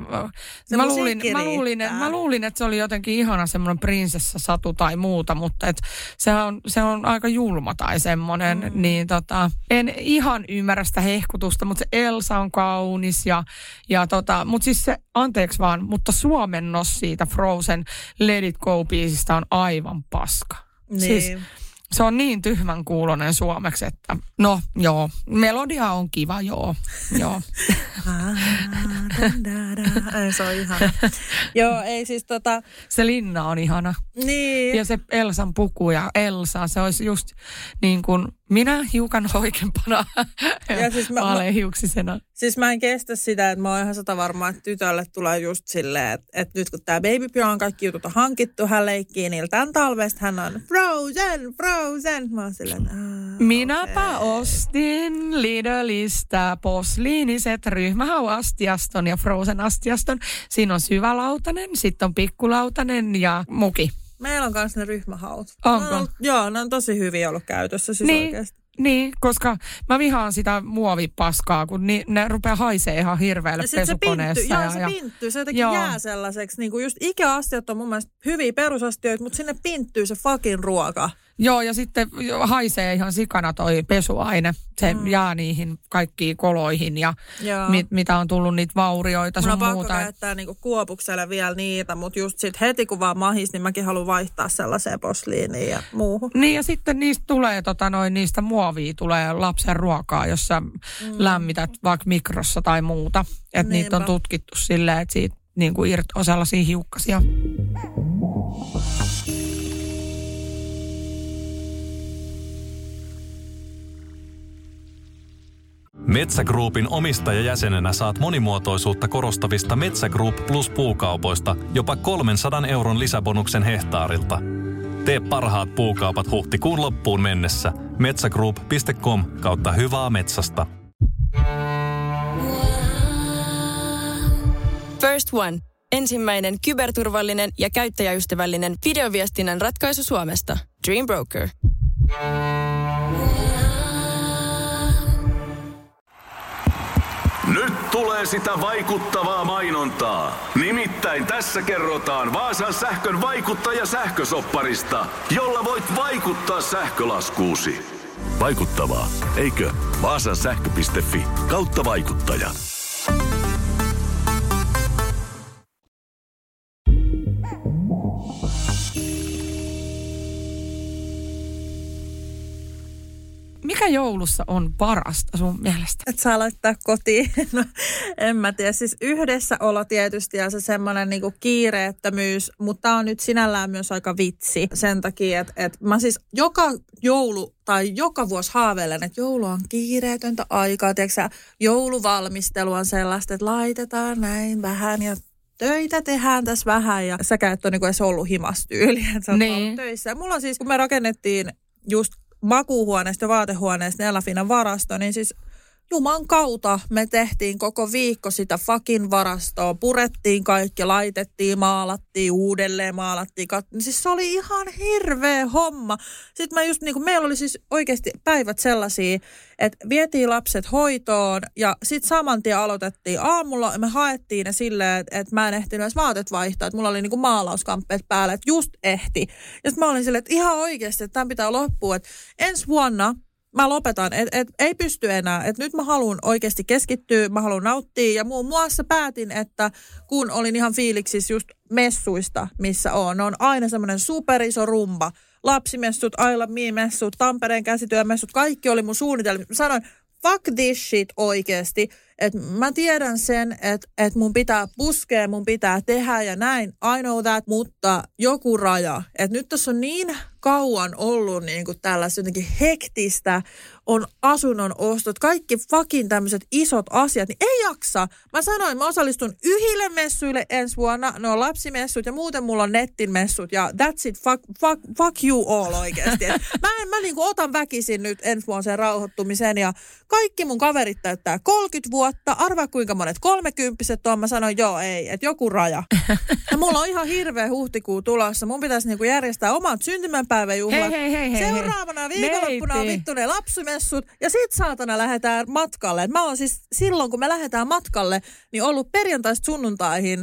mä luulin, että se oli jotenkin ihana semmoinen prinsessasatu tai muuta, mutta et se on aika julma tai semmoinen, niin en ihan ymmärrä sitä hehkutusta, mutta se Elsa on kaunis mutta siis se, anteeksi vaan, mutta suomennos siitä Frozen Let It Go -biisistä on aivan paska. Niin. Siis Se on niin tyhmän kuulonen suomeksi, että no joo, melodia on kiva, joo. Se on ihana. Joo, ei siis Se linna on ihana. Niin. Ja se Elsan puku ja Elsa, se olisi just niin kuin minä hiukan hoikempana vaaleahiuksisena. Siis mä en kestä sitä, että mä oon ihan varma, että tytölle tulee just silleen, että nyt kun tää Baby Björn on kaikki jutut on hankittu, hän leikkii niillä tämän talvesta, hän on Frozen. Mä oon silleen, minäpä ostin Lidlistä posliiniset ryhmähauastiaston ja Frozen-astiaston. Siinä on syvälautanen, sitten on pikkulautanen ja muki. Meillä on myös ne ryhmähaut. Onko? Joo, ne on tosi hyviä ollut käytössä siis oikeasti. Niin, koska mä vihaan sitä muovipaskaa, kun ne rupeaa haisee ihan hirveälle pesukoneessa. Se pinttyy. Se jotenkin jää sellaiseksi. Niin kuin just IKEA-astiat on mun mielestä hyviä perusastioita, mutta sinne pinttyy se fucking ruoka. Joo, ja sitten haisee ihan sikana toi pesuaine. Se jää niihin kaikkiin koloihin ja mitä on tullut niitä vaurioita sun muuta. Mun on pakko käyttää niinku kuopukselle vielä niitä, mutta just sit heti kun vaan mahis, niin mäkin haluan vaihtaa sellaiseen posliiniin ja muuhun. Niin ja sitten niistä tulee niistä muovia tulee lapsen ruokaa, jos sä lämmität vaikka mikrossa tai muuta. Että niitä on tutkittu silleen, että siitä niinku on sellaisia hiukkasia. Metsä Groupin omistajajäsenenä saat monimuotoisuutta korostavista Metsä Group Plus puukaupoista jopa 300 euron lisäbonuksen hehtaarilta. Tee parhaat puukaupat huhtikuun loppuun mennessä. metsägroup.com/hyvää metsästä. First One. Ensimmäinen kyberturvallinen ja käyttäjäystävällinen videoviestinnän ratkaisu Suomesta. Dream Broker. Nyt tulee sitä vaikuttavaa mainontaa. Nimittäin tässä kerrotaan Vaasan sähkön vaikuttaja sähkösopparista, jolla voit vaikuttaa sähkölaskuusi. Vaikuttavaa, eikö? Vaasansähkö.fi/vaikuttaja. Mikä joulussa on parasta sun mielestä? Et saa laittaa kotiin. No, en mä tiedä. Siis yhdessäolo tietysti ja se semmoinen niinku kiireettömyys, mutta tää on nyt sinällään myös aika vitsi. Sen takia, että mä siis joka joulu tai joka vuosi haaveilen, että joulu on kiireetöntä aikaa. Tiedätkö, jouluvalmistelu on sellaista, että laitetaan näin vähän ja töitä tehdään tässä vähän. Ja säkään et ole niinku edes ollut himastyyli, että sä oot ollut töissä. Ja mulla on siis, kun me rakennettiin just makuuhuoneesta ja vaatehuoneesta Nelafinan varasto, niin siis juman kautta me tehtiin koko viikko sitä fucking varastoa. Purettiin kaikki, laitettiin, maalattiin, uudelleen maalattiin. Siis se oli ihan hirveä homma. Sitten mä just niinku, meillä oli siis oikeasti päivät sellaisia, että vietiin lapset hoitoon ja sitten saman tien aloitettiin aamulla ja me haettiin ne silleen, että mä en ehtinyt edes vaatet vaihtaa, että mulla oli niinku maalauskamppeet päällä, että just ehti. Ja sitten mä olin silleen, että ihan oikeasti, että tämän pitää loppua, että ensi vuonna mä lopetan, että ei pysty enää. Että nyt mä haluan oikeasti keskittyä, mä haluan nauttia. Ja muun muassa päätin, että kun olin ihan fiiliksissä just messuista, missä on aina semmoinen superiso rumba. Lapsimessut, I Love Me-messut, Tampereen käsityömessut, kaikki oli mun suunnitelma. Mä sanoin, fuck this shit oikeasti. Että mä tiedän sen, että mun pitää puskea, mun pitää tehdä ja näin. I know that, mutta joku raja. Että nyt tässä on niin kauan ollut niin kuin tällaista jotenkin hektistä, on asunnon ostot, kaikki fucking tämmöiset isot asiat, niin ei jaksa. Mä sanoin, mä osallistun yhdille messuille ensi vuonna, ne on lapsimessut ja muuten mulla on nettin messut ja that's it, fuck you all oikeasti. Mä niin kuin otan väkisin nyt ensi vuonna sen rauhoittumisen ja kaikki mun kaverit täyttää 30 vuotta, arvaa kuinka monet 30-vuotiaat on, mä sanoin joo ei, että joku raja. Ja mulla on ihan hirveä huhtikuu tulossa, mun pitäisi niinku järjestää omat syntymäpäiväjuhlat. Hei. Seuraavana viikonloppuna on vittu ne lapsimessut ja sit saatana lähdetään matkalle. Et mä oon siis silloin kun me lähdetään matkalle, niin ollut perjantaista sunnuntaihin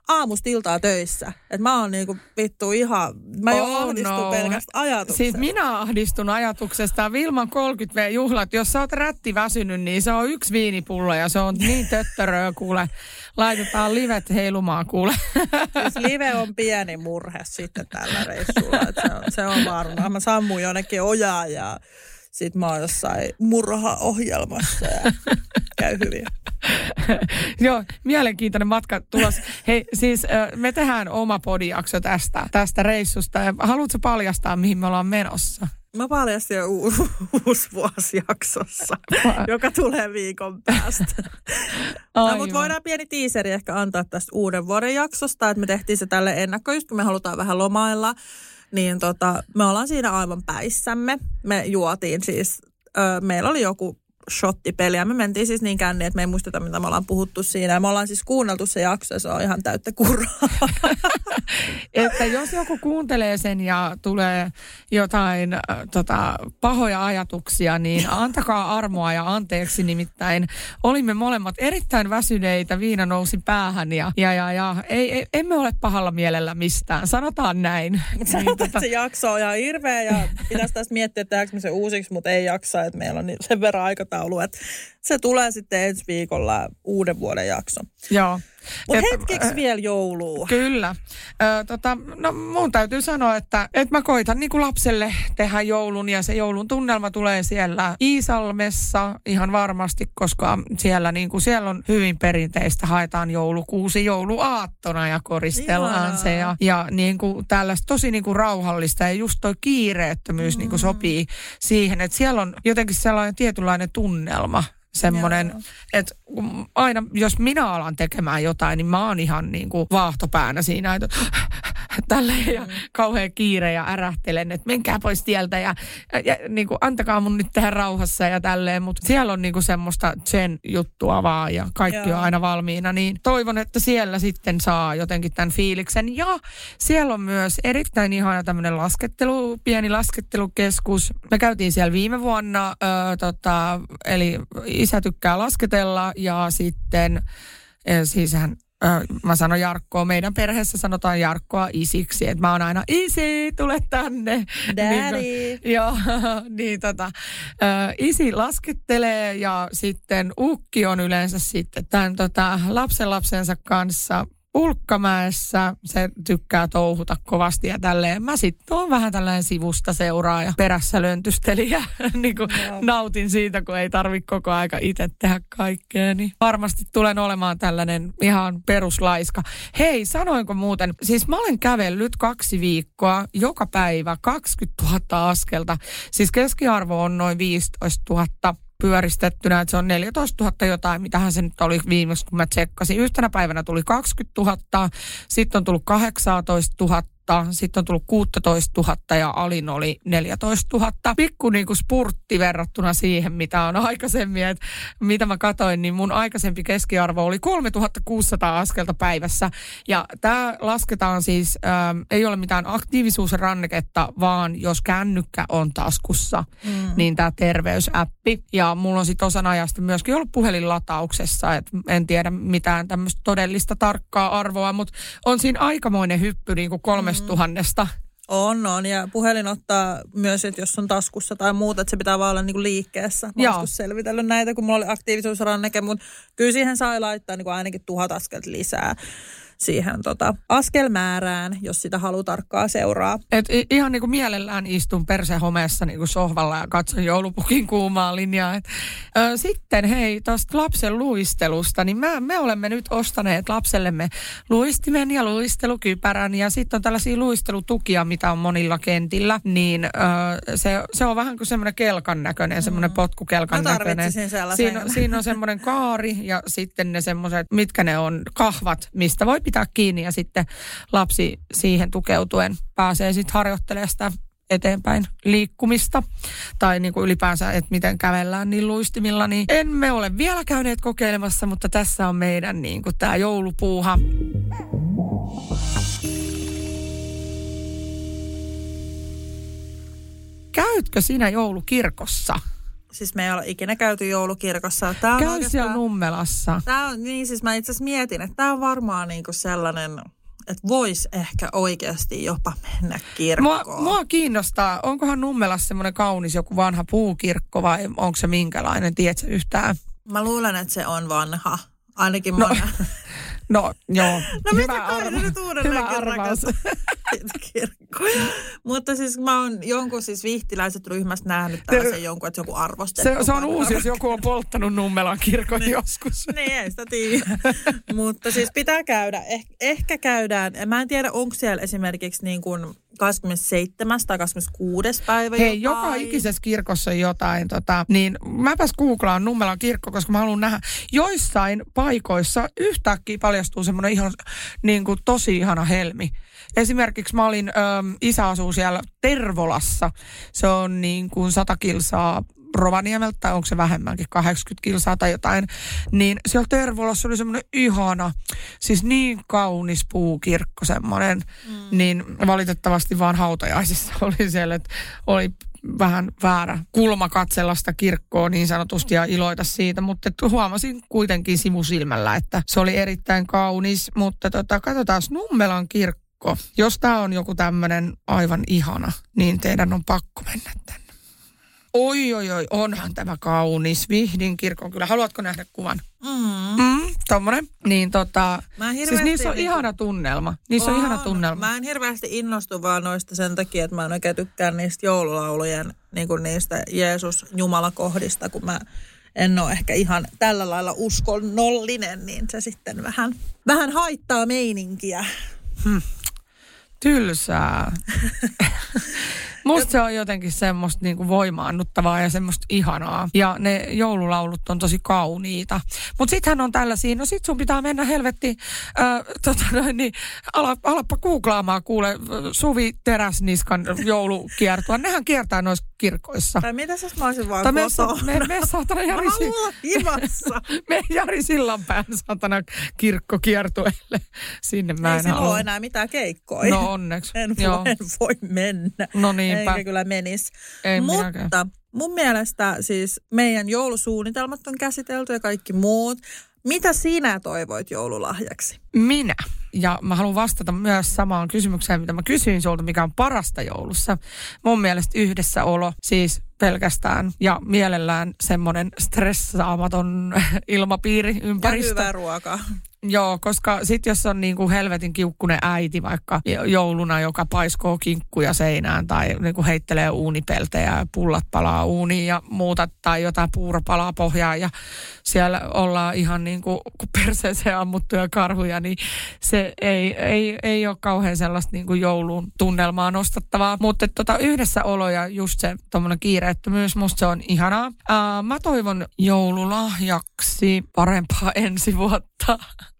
aamusta iltaa töissä. Että mä oon niinku vittu ihan, mä jo ahdistun pelkästä ajatuksesta. Siis minä ahdistun ajatuksesta. Vilman 30V-juhlat, jos sä oot rättiväsynyt, niin se on 1 viinipullo ja se on niin töttöröä, kuule. Laitetaan livet heilumaan, kuule. Siis live on pieni murhe sitten tällä reissulla. Se on varmaa. Mä sammun jonnekin ojaa ja sit mä oon jossain murha-ohjelmassa ja käy hyvin. Joo, mielenkiintoinen matka tulossa. Hei, siis me tehdään oma podijakso tästä reissusta. Haluatko paljastaa, mihin me ollaan menossa? Mä paljastin jo uusvuosijaksossa, joka tulee viikon päästä. No, mutta voidaan pieni tiiseri ehkä antaa tästä uuden vuoden jaksosta, että me tehtiin se tälle ennakko, just kun me halutaan vähän lomailla. Niin me ollaan siinä aivan päissämme. Me juotiin siis, meillä oli joku shottipeli ja me mentiin siis niin känniin, että me ei muisteta, mitä me ollaan puhuttu siinä. Ja me ollaan siis kuunneltu se jakso ja se on ihan täyttä kurraa. Että jos joku kuuntelee sen ja tulee jotain pahoja ajatuksia, niin antakaa armoa ja anteeksi, nimittäin olimme molemmat erittäin väsyneitä, viina nousi päähän ja emme ole pahalla mielellä mistään, sanotaan näin. Sanotaan, että se jakso on ihan hirveä ja pitäisi tästä miettiä, että tehdäänkö me se uusiksi, mutta ei jaksa, että meillä on sen verran aikataulu, että se tulee sitten ensi viikolla uuden vuoden jakso. Joo. Mutta hetkeksi vielä joulua. Kyllä. No mun täytyy sanoa, että mä koitan niin kuin lapselle tehdä joulun ja se joulun tunnelma tulee siellä Iisalmessa ihan varmasti, koska siellä on hyvin perinteistä, haetaan joulukuusi jouluaattona ja koristellaan se ja niin kuin tällaista tosi niin kuin rauhallista ja just toi kiireettömyys niin kuin sopii siihen, että siellä on jotenkin sellainen tietynlainen tunnelma. Semmoinen, että aina jos minä alan tekemään jotain, niin mä oon ihan niin kuin vaahtopäänä siinä, että tälleen ja kauhean kiire ja ärähtelen, että menkää pois tieltä ja niin kuin antakaa mun nyt tehdä rauhassa ja tälleen. Mutta siellä on niin kuin semmoista sen juttua vaan ja kaikki on aina valmiina, niin toivon, että siellä sitten saa jotenkin tämän fiiliksen. Ja siellä on myös erittäin ihana tämmöinen pieni laskettelukeskus. Me käytiin siellä viime vuonna, eli isä tykkää lasketella ja sitten siis mä sanon Jarkkoa, meidän perheessä sanotaan Jarkkoa isiksi, että mä oon aina isi, tule tänne. Daddy. Joo, niin isi laskettelee ja sitten ukki on yleensä sitten tämän lapsensa kanssa Pulkkamäessä, se tykkää touhuta kovasti ja tälleen. Mä sitten oon vähän tällainen sivusta seuraa ja perässä löntysteli ja niin kuin nautin siitä, kun ei tarvitse koko aika itse tehdä kaikkea. Niin varmasti tulen olemaan tällainen ihan peruslaiska. Hei, sanoinko muuten, siis mä olen kävellyt 2 viikkoa joka päivä 20 000 askelta. Siis keskiarvo on noin 15 000. Pyöristettynä, että se on 14 000 jotain, mitähän se nyt oli viimeksi, kun mä tsekkasin. Yhtenä päivänä tuli 20 000, sitten on tullut 18 000, sitten on tullut 16 000 ja alin oli 14 000. Pikku niin kuin spurtti verrattuna siihen, mitä on aikaisemmin. Että mitä mä katsoin, niin mun aikaisempi keskiarvo oli 3600 askelta päivässä. Ja tämä lasketaan siis, ei ole mitään aktiivisuusranneketta, vaan jos kännykkä on taskussa, niin tämä terveysäppi. Ja mulla on sitten osan ajasta myöskin ollut puhelinlatauksessa, että en tiedä mitään tämmöistä todellista tarkkaa arvoa, mutta on siinä aikamoinen hyppy niin kuin 3000. On. Ja puhelin ottaa myös, että jos on taskussa tai muuta, että se pitää vaan olla niinku liikkeessä. Mä joskus selvitellyt näitä, kun mulla oli aktiivisuusranneke, mutta kyllä siihen sai laittaa niinku ainakin 1000 askelta lisää siihen askelmäärään, jos sitä haluaa tarkkaa seuraa. Et ihan niin kuin mielellään istun persehomeessa niin kuin sohvalla ja katson joulupukin kuumaa linjaa. Sitten hei, tuosta lapsen luistelusta, niin me olemme nyt ostaneet lapsellemme luistimen ja luistelukypärän ja sitten on tällaisia luistelutukia, mitä on monilla kentillä, niin se on vähän kuin semmoinen kelkan näköinen, semmoinen potkukelkan näköinen. Mä tarvitsisin sellaisen. Siinä on semmoinen kaari ja sitten ne semmoiset, mitkä ne on, kahvat, mistä voi pitää kiinni ja sitten lapsi siihen tukeutuen pääsee sitten harjoittelemaan sitä eteenpäin liikkumista tai niin kuin ylipäänsä, että miten kävellään niin luistimilla, niin emme ole vielä käyneet kokeilemassa, mutta tässä on meidän niin kuin tämä joulupuuha. Käytkö sinä joulukirkossa? siis me ei ole ikinä käyty joulukirkossa. Käy siellä Nummelassa. Tää on, niin siis mä itse asiassa mietin, että tää on varmaan niinku sellainen, että vois ehkä oikeasti jopa mennä kirkkoon. Mua kiinnostaa, onkohan Nummelassa semmoinen kaunis joku vanha puukirkko vai onko se minkälainen, tiedätkö yhtään? Mä luulen, että se on vanha. Ainakin No joo, no hyvä mitä kai nyt uudelleen kirkko. Mutta siis mä oon jonkun siis vihtiläiset ryhmästä nähnyt tällaisen jonkun, että joku arvostettu. Se on uusi, jos joku on polttanut Nummelan kirkon joskus. Niin, ei sitä tiedä. Mutta siis pitää käydä. Ehkä käydään. Mä en tiedä, onko siellä esimerkiksi niin kuin 27. tai 26. päivä Hei, joka ikisessä kirkossa jotain. Niin mäpäs googlaan Nummelan kirkko, koska mä haluan nähdä. Joissain paikoissa yhtäkkiä paljastuu semmoinen ihan niin kuin tosi ihana helmi. Esimerkiksi mä olin, isä asuu siellä Tervolassa. Se on niin kuin 100 kilsaa Rovaniemeltä, tai onko se vähemmänkin, 80 kilsaa tai jotain. Niin siellä Tervolassa oli semmoinen ihana, siis niin kaunis puukirkko semmoinen. Niin valitettavasti vaan hautajaisissa oli siellä, että oli vähän väärä kulma katsella sitä kirkkoa niin sanotusti ja iloita siitä, mutta huomasin kuitenkin sivusilmällä, että se oli erittäin kaunis, mutta katsotaan Nummelan kirkko. Jos tää on joku tämmönen aivan ihana, niin teidän on pakko mennä tänne. Oi, onhan tämä kaunis. Vihdin kirkon kyllä. Haluatko nähdä kuvan? Tommonen. Niin siis niissä on ihana tunnelma. Niissä on ihana tunnelma. Mä en hirveästi innostu vaan noista sen takia, että mä en oikein tykkään niistä joululaulujen, niin kuin niistä Jeesus-Jumala-kohdista, kun mä en ole ehkä ihan tällä lailla uskonnollinen, niin se sitten vähän haittaa meininkiä. Tylsää. Musta se on jotenkin semmoista niinku voimaannuttavaa ja semmoista ihanaa. Ja ne joululaulut on tosi kauniita. Mutta sittenhän on tällaisia, no sit sun pitää mennä helvetti, alappa googlaamaan kuule Suvi Teräsniskan joulukiertua. Nehän kiertää noissa kirkoissa. Tai mitä jos mä olisin vaan kotona? Me saatana Jari... Mä haluan himassa. Me Jari Sillanpään saatana kirkkokiertueelle. Sinne mä en halua. Ei silloin enää mitään keikkoja. No onneksi. En voi mennä. No niinpä. Eikä kyllä menisi. Ei mutta minäkään. Mun mielestä siis meidän joulusuunnitelmat on käsitelty ja kaikki muut. Mitä sinä toivoit joululahjaksi? Minä. Ja mä haluan vastata myös samaan kysymykseen, mitä mä kysyin sulta, mikä on parasta joulussa. Mun mielestä yhdessäolo, siis pelkästään ja mielellään semmoinen stressaamaton ilmapiiri, ympäristö. Ja hyvä ruoka. Joo, koska sit jos on niinku helvetin kiukkunen äiti vaikka jouluna, joka paiskoo kinkkuja seinään tai niinku heittelee uunipeltejä ja pullat palaa uuniin ja muuta tai jotain puuro palaa pohjaan ja siellä ollaan ihan niinku perseeseen ammuttuja karhuja, niin se ei ole kauhean sellaista niinku joulun tunnelmaa nostattavaa. Mutta yhdessäolo ja just se tommoinen kiireettömyys, musta se on ihanaa. Mä toivon joululahjaksi parempaa ensi vuotta.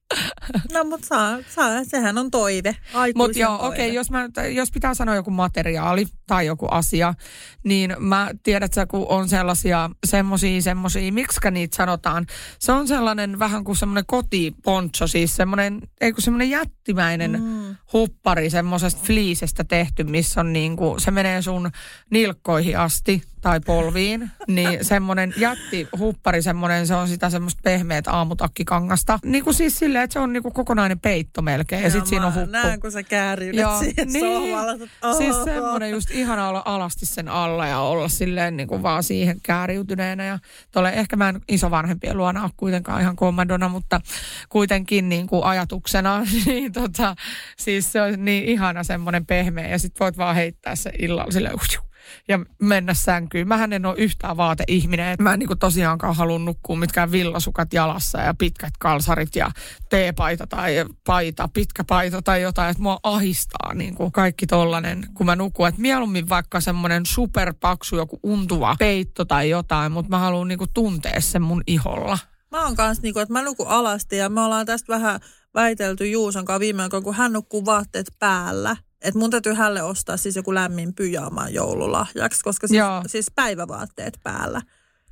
No, mutta sehän on toive. Mutta joo, okei, jos pitää sanoa joku materiaali tai joku asia, niin mä tiedät sä, kun on sellaisia, semmosia, miksikä niitä sanotaan. Se on sellainen vähän kuin semmoinen kotiponcho, siis semmoinen jättimäinen huppari semmoisesta fliisestä tehty, missä on niinku, se menee sun nilkkoihin asti tai polviin, niin semmoinen jättihuppari, se on sitä semmoista pehmeät aamutakkikangasta. Niinku siis silleen, että se on niinku kokonainen peitto melkein ja sit siinä on huppu. Näen, kun sä kääriudet siihen sohvalla. Siis semmoinen just ihana olla alasti sen alla ja olla silleen niinku vaan siihen kääriytyneenä. Ja ehkä mä en isovanhempien luona ole kuitenkaan ihan kommandona, mutta kuitenkin niinku ajatuksena, niin siis se on niin ihana semmoinen pehmeä ja sit voit vaan heittää se illalla silleen ja mennä sänkyyn. Mähän en ole yhtään vaateihminen. Mä en niinku tosiaankaan halua nukkua mitkään villasukat jalassa ja pitkät kalsarit ja teepaita tai pitkä paita tai jotain. Että mua ahistaa niinku kaikki tollanen, kun mä nukun. Että mieluummin vaikka semmoinen superpaksu joku untuva peitto tai jotain, mutta mä haluan niinku tuntea sen mun iholla. Mä oon kanssa niinku, että mä nukun alasti ja me ollaan tästä vähän väitelty Juuson kanssa viime aikoina, kun hän nukkuu vaatteet päällä. Että mun täytyy hänelle ostaa siis joku lämmin pyjaama joululahjaksi, koska siis päivävaatteet päällä.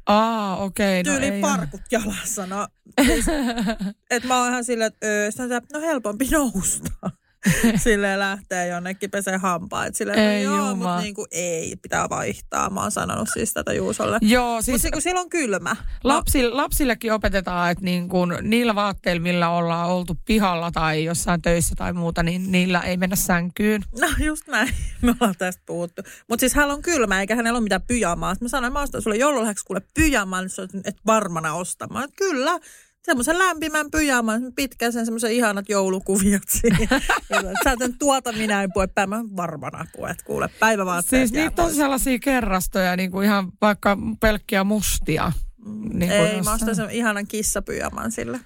Okei. Tyyli parkut jalassa. No, että mä oon ihan silleen, että no helpompi nousta. silleen lähtee jonnekin pesee hampaat. Silleen, joo, mutta niinku ei, pitää vaihtaa. Mä oon sanonut siis tätä Juusolle. Joo, siis mutta kun siellä on kylmä. Lapsillekin opetetaan, että niin kun niillä vaatteilla, millä ollaan oltu pihalla tai jossain töissä tai muuta, niin niillä ei mennä sänkyyn. No just näin, me ollaan tästä puhuttu. Mutta siis hänellä on kylmä, eikä hänellä ole mitään pyjamaa. Mä sanoin, mä ostan sulle joululahjaksi kuule pyjamaa, niin sä oot et varmana ostamaan. Et kyllä. Semmoisen lämpimän pyjaman, pitkän sen semmoisen ihanat joulukuviot siinä. Sä tuota minä en pue päin, mä varmana puet kuule päivävaatteet. Siis niitä on sellaisia kerrastoja, niin kuin ihan vaikka pelkkiä mustia. Niin ei, mä ostan sen ihanan kissapyjaman sille.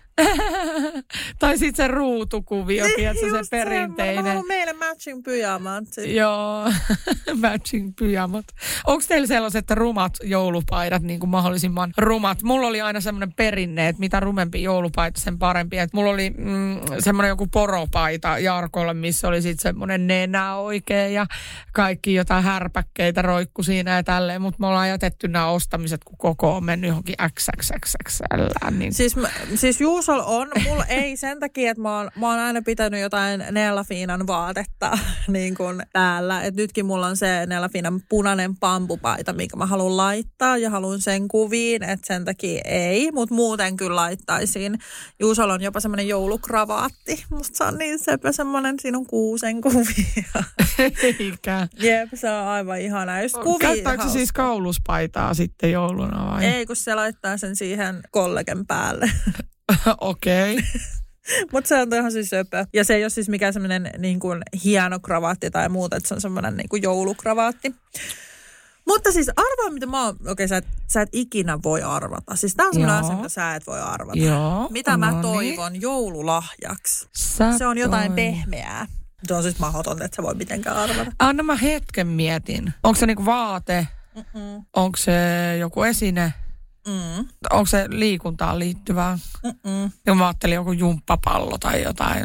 Tai sitten se ruutukuvio, tiedätkö, se perinteinen. Mä haluan meille matching pyjamat. Joo, matching pyjamat. Onko teillä sellaiset rumat joulupaidat, niin kuin mahdollisimman rumat? Mulla oli aina semmoinen perinne, että mitä rumempi joulupaita, sen parempi. Et mulla oli semmoinen joku poropaita Jarkolle, missä oli sitten semmoinen nenä oikein ja kaikki jotain härpäkkeitä roikku siinä ja tälleen. Mutta me ollaan jätetty nämä ostamiset, kun koko on mennyt johonkin XXXXL. Niin. Siis Juusolla on, mulla ei sen takia, että mä oon aina pitänyt jotain Nella Finan vaatetta niin kuin päällä. Et nytkin mulla on se Nella Finan punainen pampupaita, mikä mä haluan laittaa ja haluan sen kuviin, että sen takia ei. Mutta muuten kyllä laittaisin. Juusolla on jopa semmoinen joulukravaatti. Musta se on niin sepä semmoinen, siinä on kuusen kuvia. Eikä. Jep, se on aivan ihana. Käyttääkö se siis kauluspaitaa sitten jouluna vai? Ei, kun se laittaa sen siihen kollegen päälle. Okei. Okay. Mutta se on ihan siis söpö. Ja se ei ole siis mikään semmoinen niin kuin hieno kravaatti tai muuta, että se on semmoinen niin kuin joulukravaatti. Mutta siis arvaa, mitä mä oon, sä et ikinä voi arvata. Siis tää on semmoinen asia, mitä sä et voi arvata. Joo, mitä mä toivon joululahjaksi. Se on jotain pehmeää. Se on siis mahdotonta, että sä voi mitenkään arvata. Anna mä hetken mietin. Onko se niinku vaate? Onko se joku esine? Onko se liikuntaan liittyvää? Ja mä ajattelin joku jumppapallo tai jotain.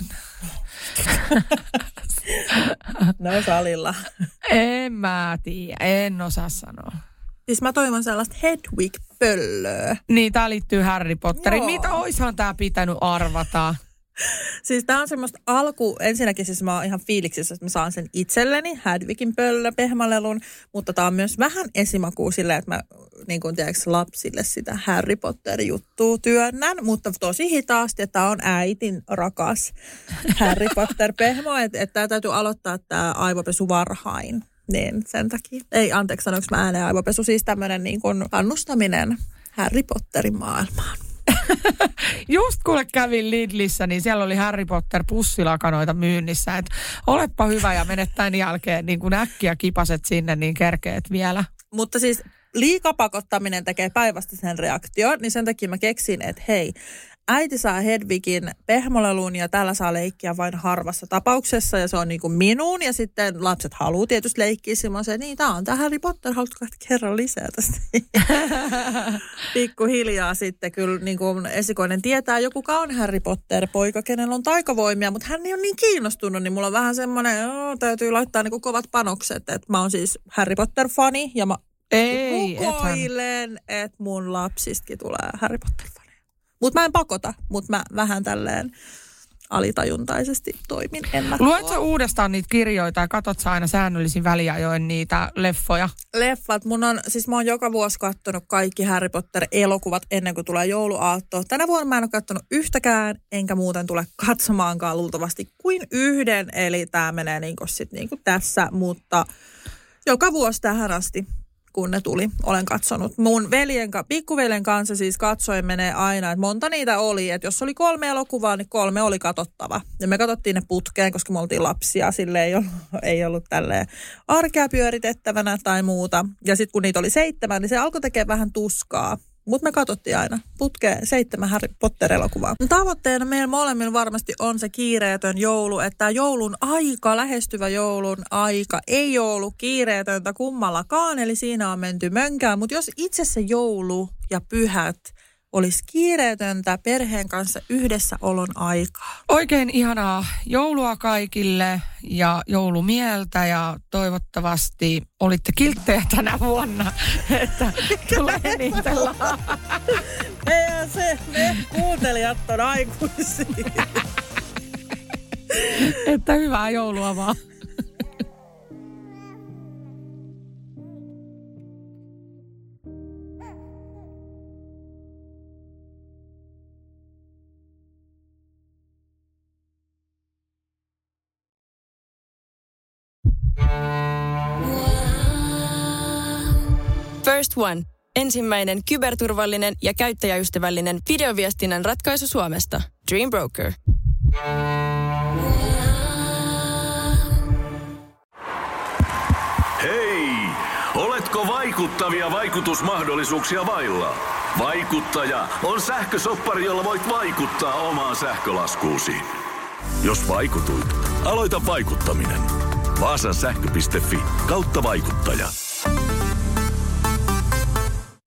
No salilla. En mä tiedä, en osaa sanoa. Siis mä toivon sellaista Hedwig-pöllöä. Niin, tää liittyy Harry Potteriin. Mitä oishan tää pitänyt arvata? Siis tää on semmoista ensinnäkin siis mä oon ihan fiiliksissä, että mä saan sen itselleni, Hedwigin pöllö, pehmälelun, mutta tää on myös vähän esimakuu silleen, että mä niin kuin tiedätkö lapsille sitä Harry Potter-juttua työnnän, mutta tosi hitaasti, että tää on äitin rakas Harry Potter-pehmo, että tää täytyy aloittaa tää aivopesu varhain. Niin sen takia. Ei, anteeksi, sanoinko mä ääneen aivopesu, siis tämmönen niin kuin kannustaminen Harry Potterin maailmaan. Just kuule kävin Lidlissä, niin siellä oli Harry Potter pussilakanoita myynnissä. Että olepa hyvä ja menet tämän jälkeen niin kun äkkiä kipaset sinne, niin kerkeet vielä. Mutta siis liikapakottaminen tekee päivästä sen reaktion, niin sen takia mä keksin, että hei, äiti saa Hedwigin pehmolelun ja tällä saa leikkiä vain harvassa tapauksessa ja se on niin kuin minun ja sitten lapset haluaa tietysti leikkiä semmoisen, niin tää on tää Harry Potter, haluatko kerran lisää tästä? Pikkuhiljaa sitten kyllä niin kuin esikoinen tietää, joku on Harry Potter poika, kenellä on taikavoimia, mutta hän ei ole niin kiinnostunut, niin mulla on vähän semmoinen, täytyy laittaa niin kuin kovat panokset, että mä oon siis Harry Potter-fani ja mä rukoilen, että mun lapsistakin tulee Harry Potter-fani. Mutta mä en pakota, mutta mä vähän tälleen alitajuntaisesti toimin ennakkoon. Luetko uudestaan niitä kirjoita ja katsot sä aina säännöllisin väliajoin niitä leffoja? Leffat. Mä oon joka vuosi katsonut kaikki Harry Potter-elokuvat ennen kuin tulee jouluaatto. Tänä vuonna mä en ole katsonut yhtäkään, enkä muuten tule katsomaankaan luultavasti kuin yhden. Eli tää menee niinku tässä, mutta joka vuosi tähän asti. Kun ne tuli, olen katsonut. Mun pikkuveljen kanssa siis katsoen menee aina, että monta niitä oli. Että jos oli 3 elokuvaa, niin 3 oli katsottava. Ja me katsottiin ne putkeen, koska me oltiin lapsia. Sille ei ollut tälleen arkea pyöritettävänä tai muuta. Ja sitten kun niitä oli 7, niin se alkoi tekemään vähän tuskaa. Mutta me katsottiin aina putkeen 7 Harry Potter-elokuvaa. Tavoitteena meillä molemmilla varmasti on se kiireetön joulu, että joulun aika, lähestyvä joulun aika ei ole ollut kiireetöntä kummallakaan, eli siinä on menty mönkään. Mutta jos itse se joulu ja pyhät olisi kiireetöntä perheen kanssa yhdessäolon aikaa. Oikein ihanaa joulua kaikille ja joulumieltä ja toivottavasti olitte kilttejä tänä vuonna, että tulee niitä Eihän se, me kuuntelijat on aikuisia. Että hyvää joulua vaan. First One. Ensimmäinen kyberturvallinen ja käyttäjäystävällinen videoviestinnän ratkaisu Suomesta. Dream Broker. Hei! Oletko vaikuttavia vaikutusmahdollisuuksia vailla? Vaikuttaja on sähkösoppari, jolla voit vaikuttaa omaan sähkölaskuusi. Jos vaikutuit, aloita vaikuttaminen. Vaasan sähkö.fi/vaikuttaja.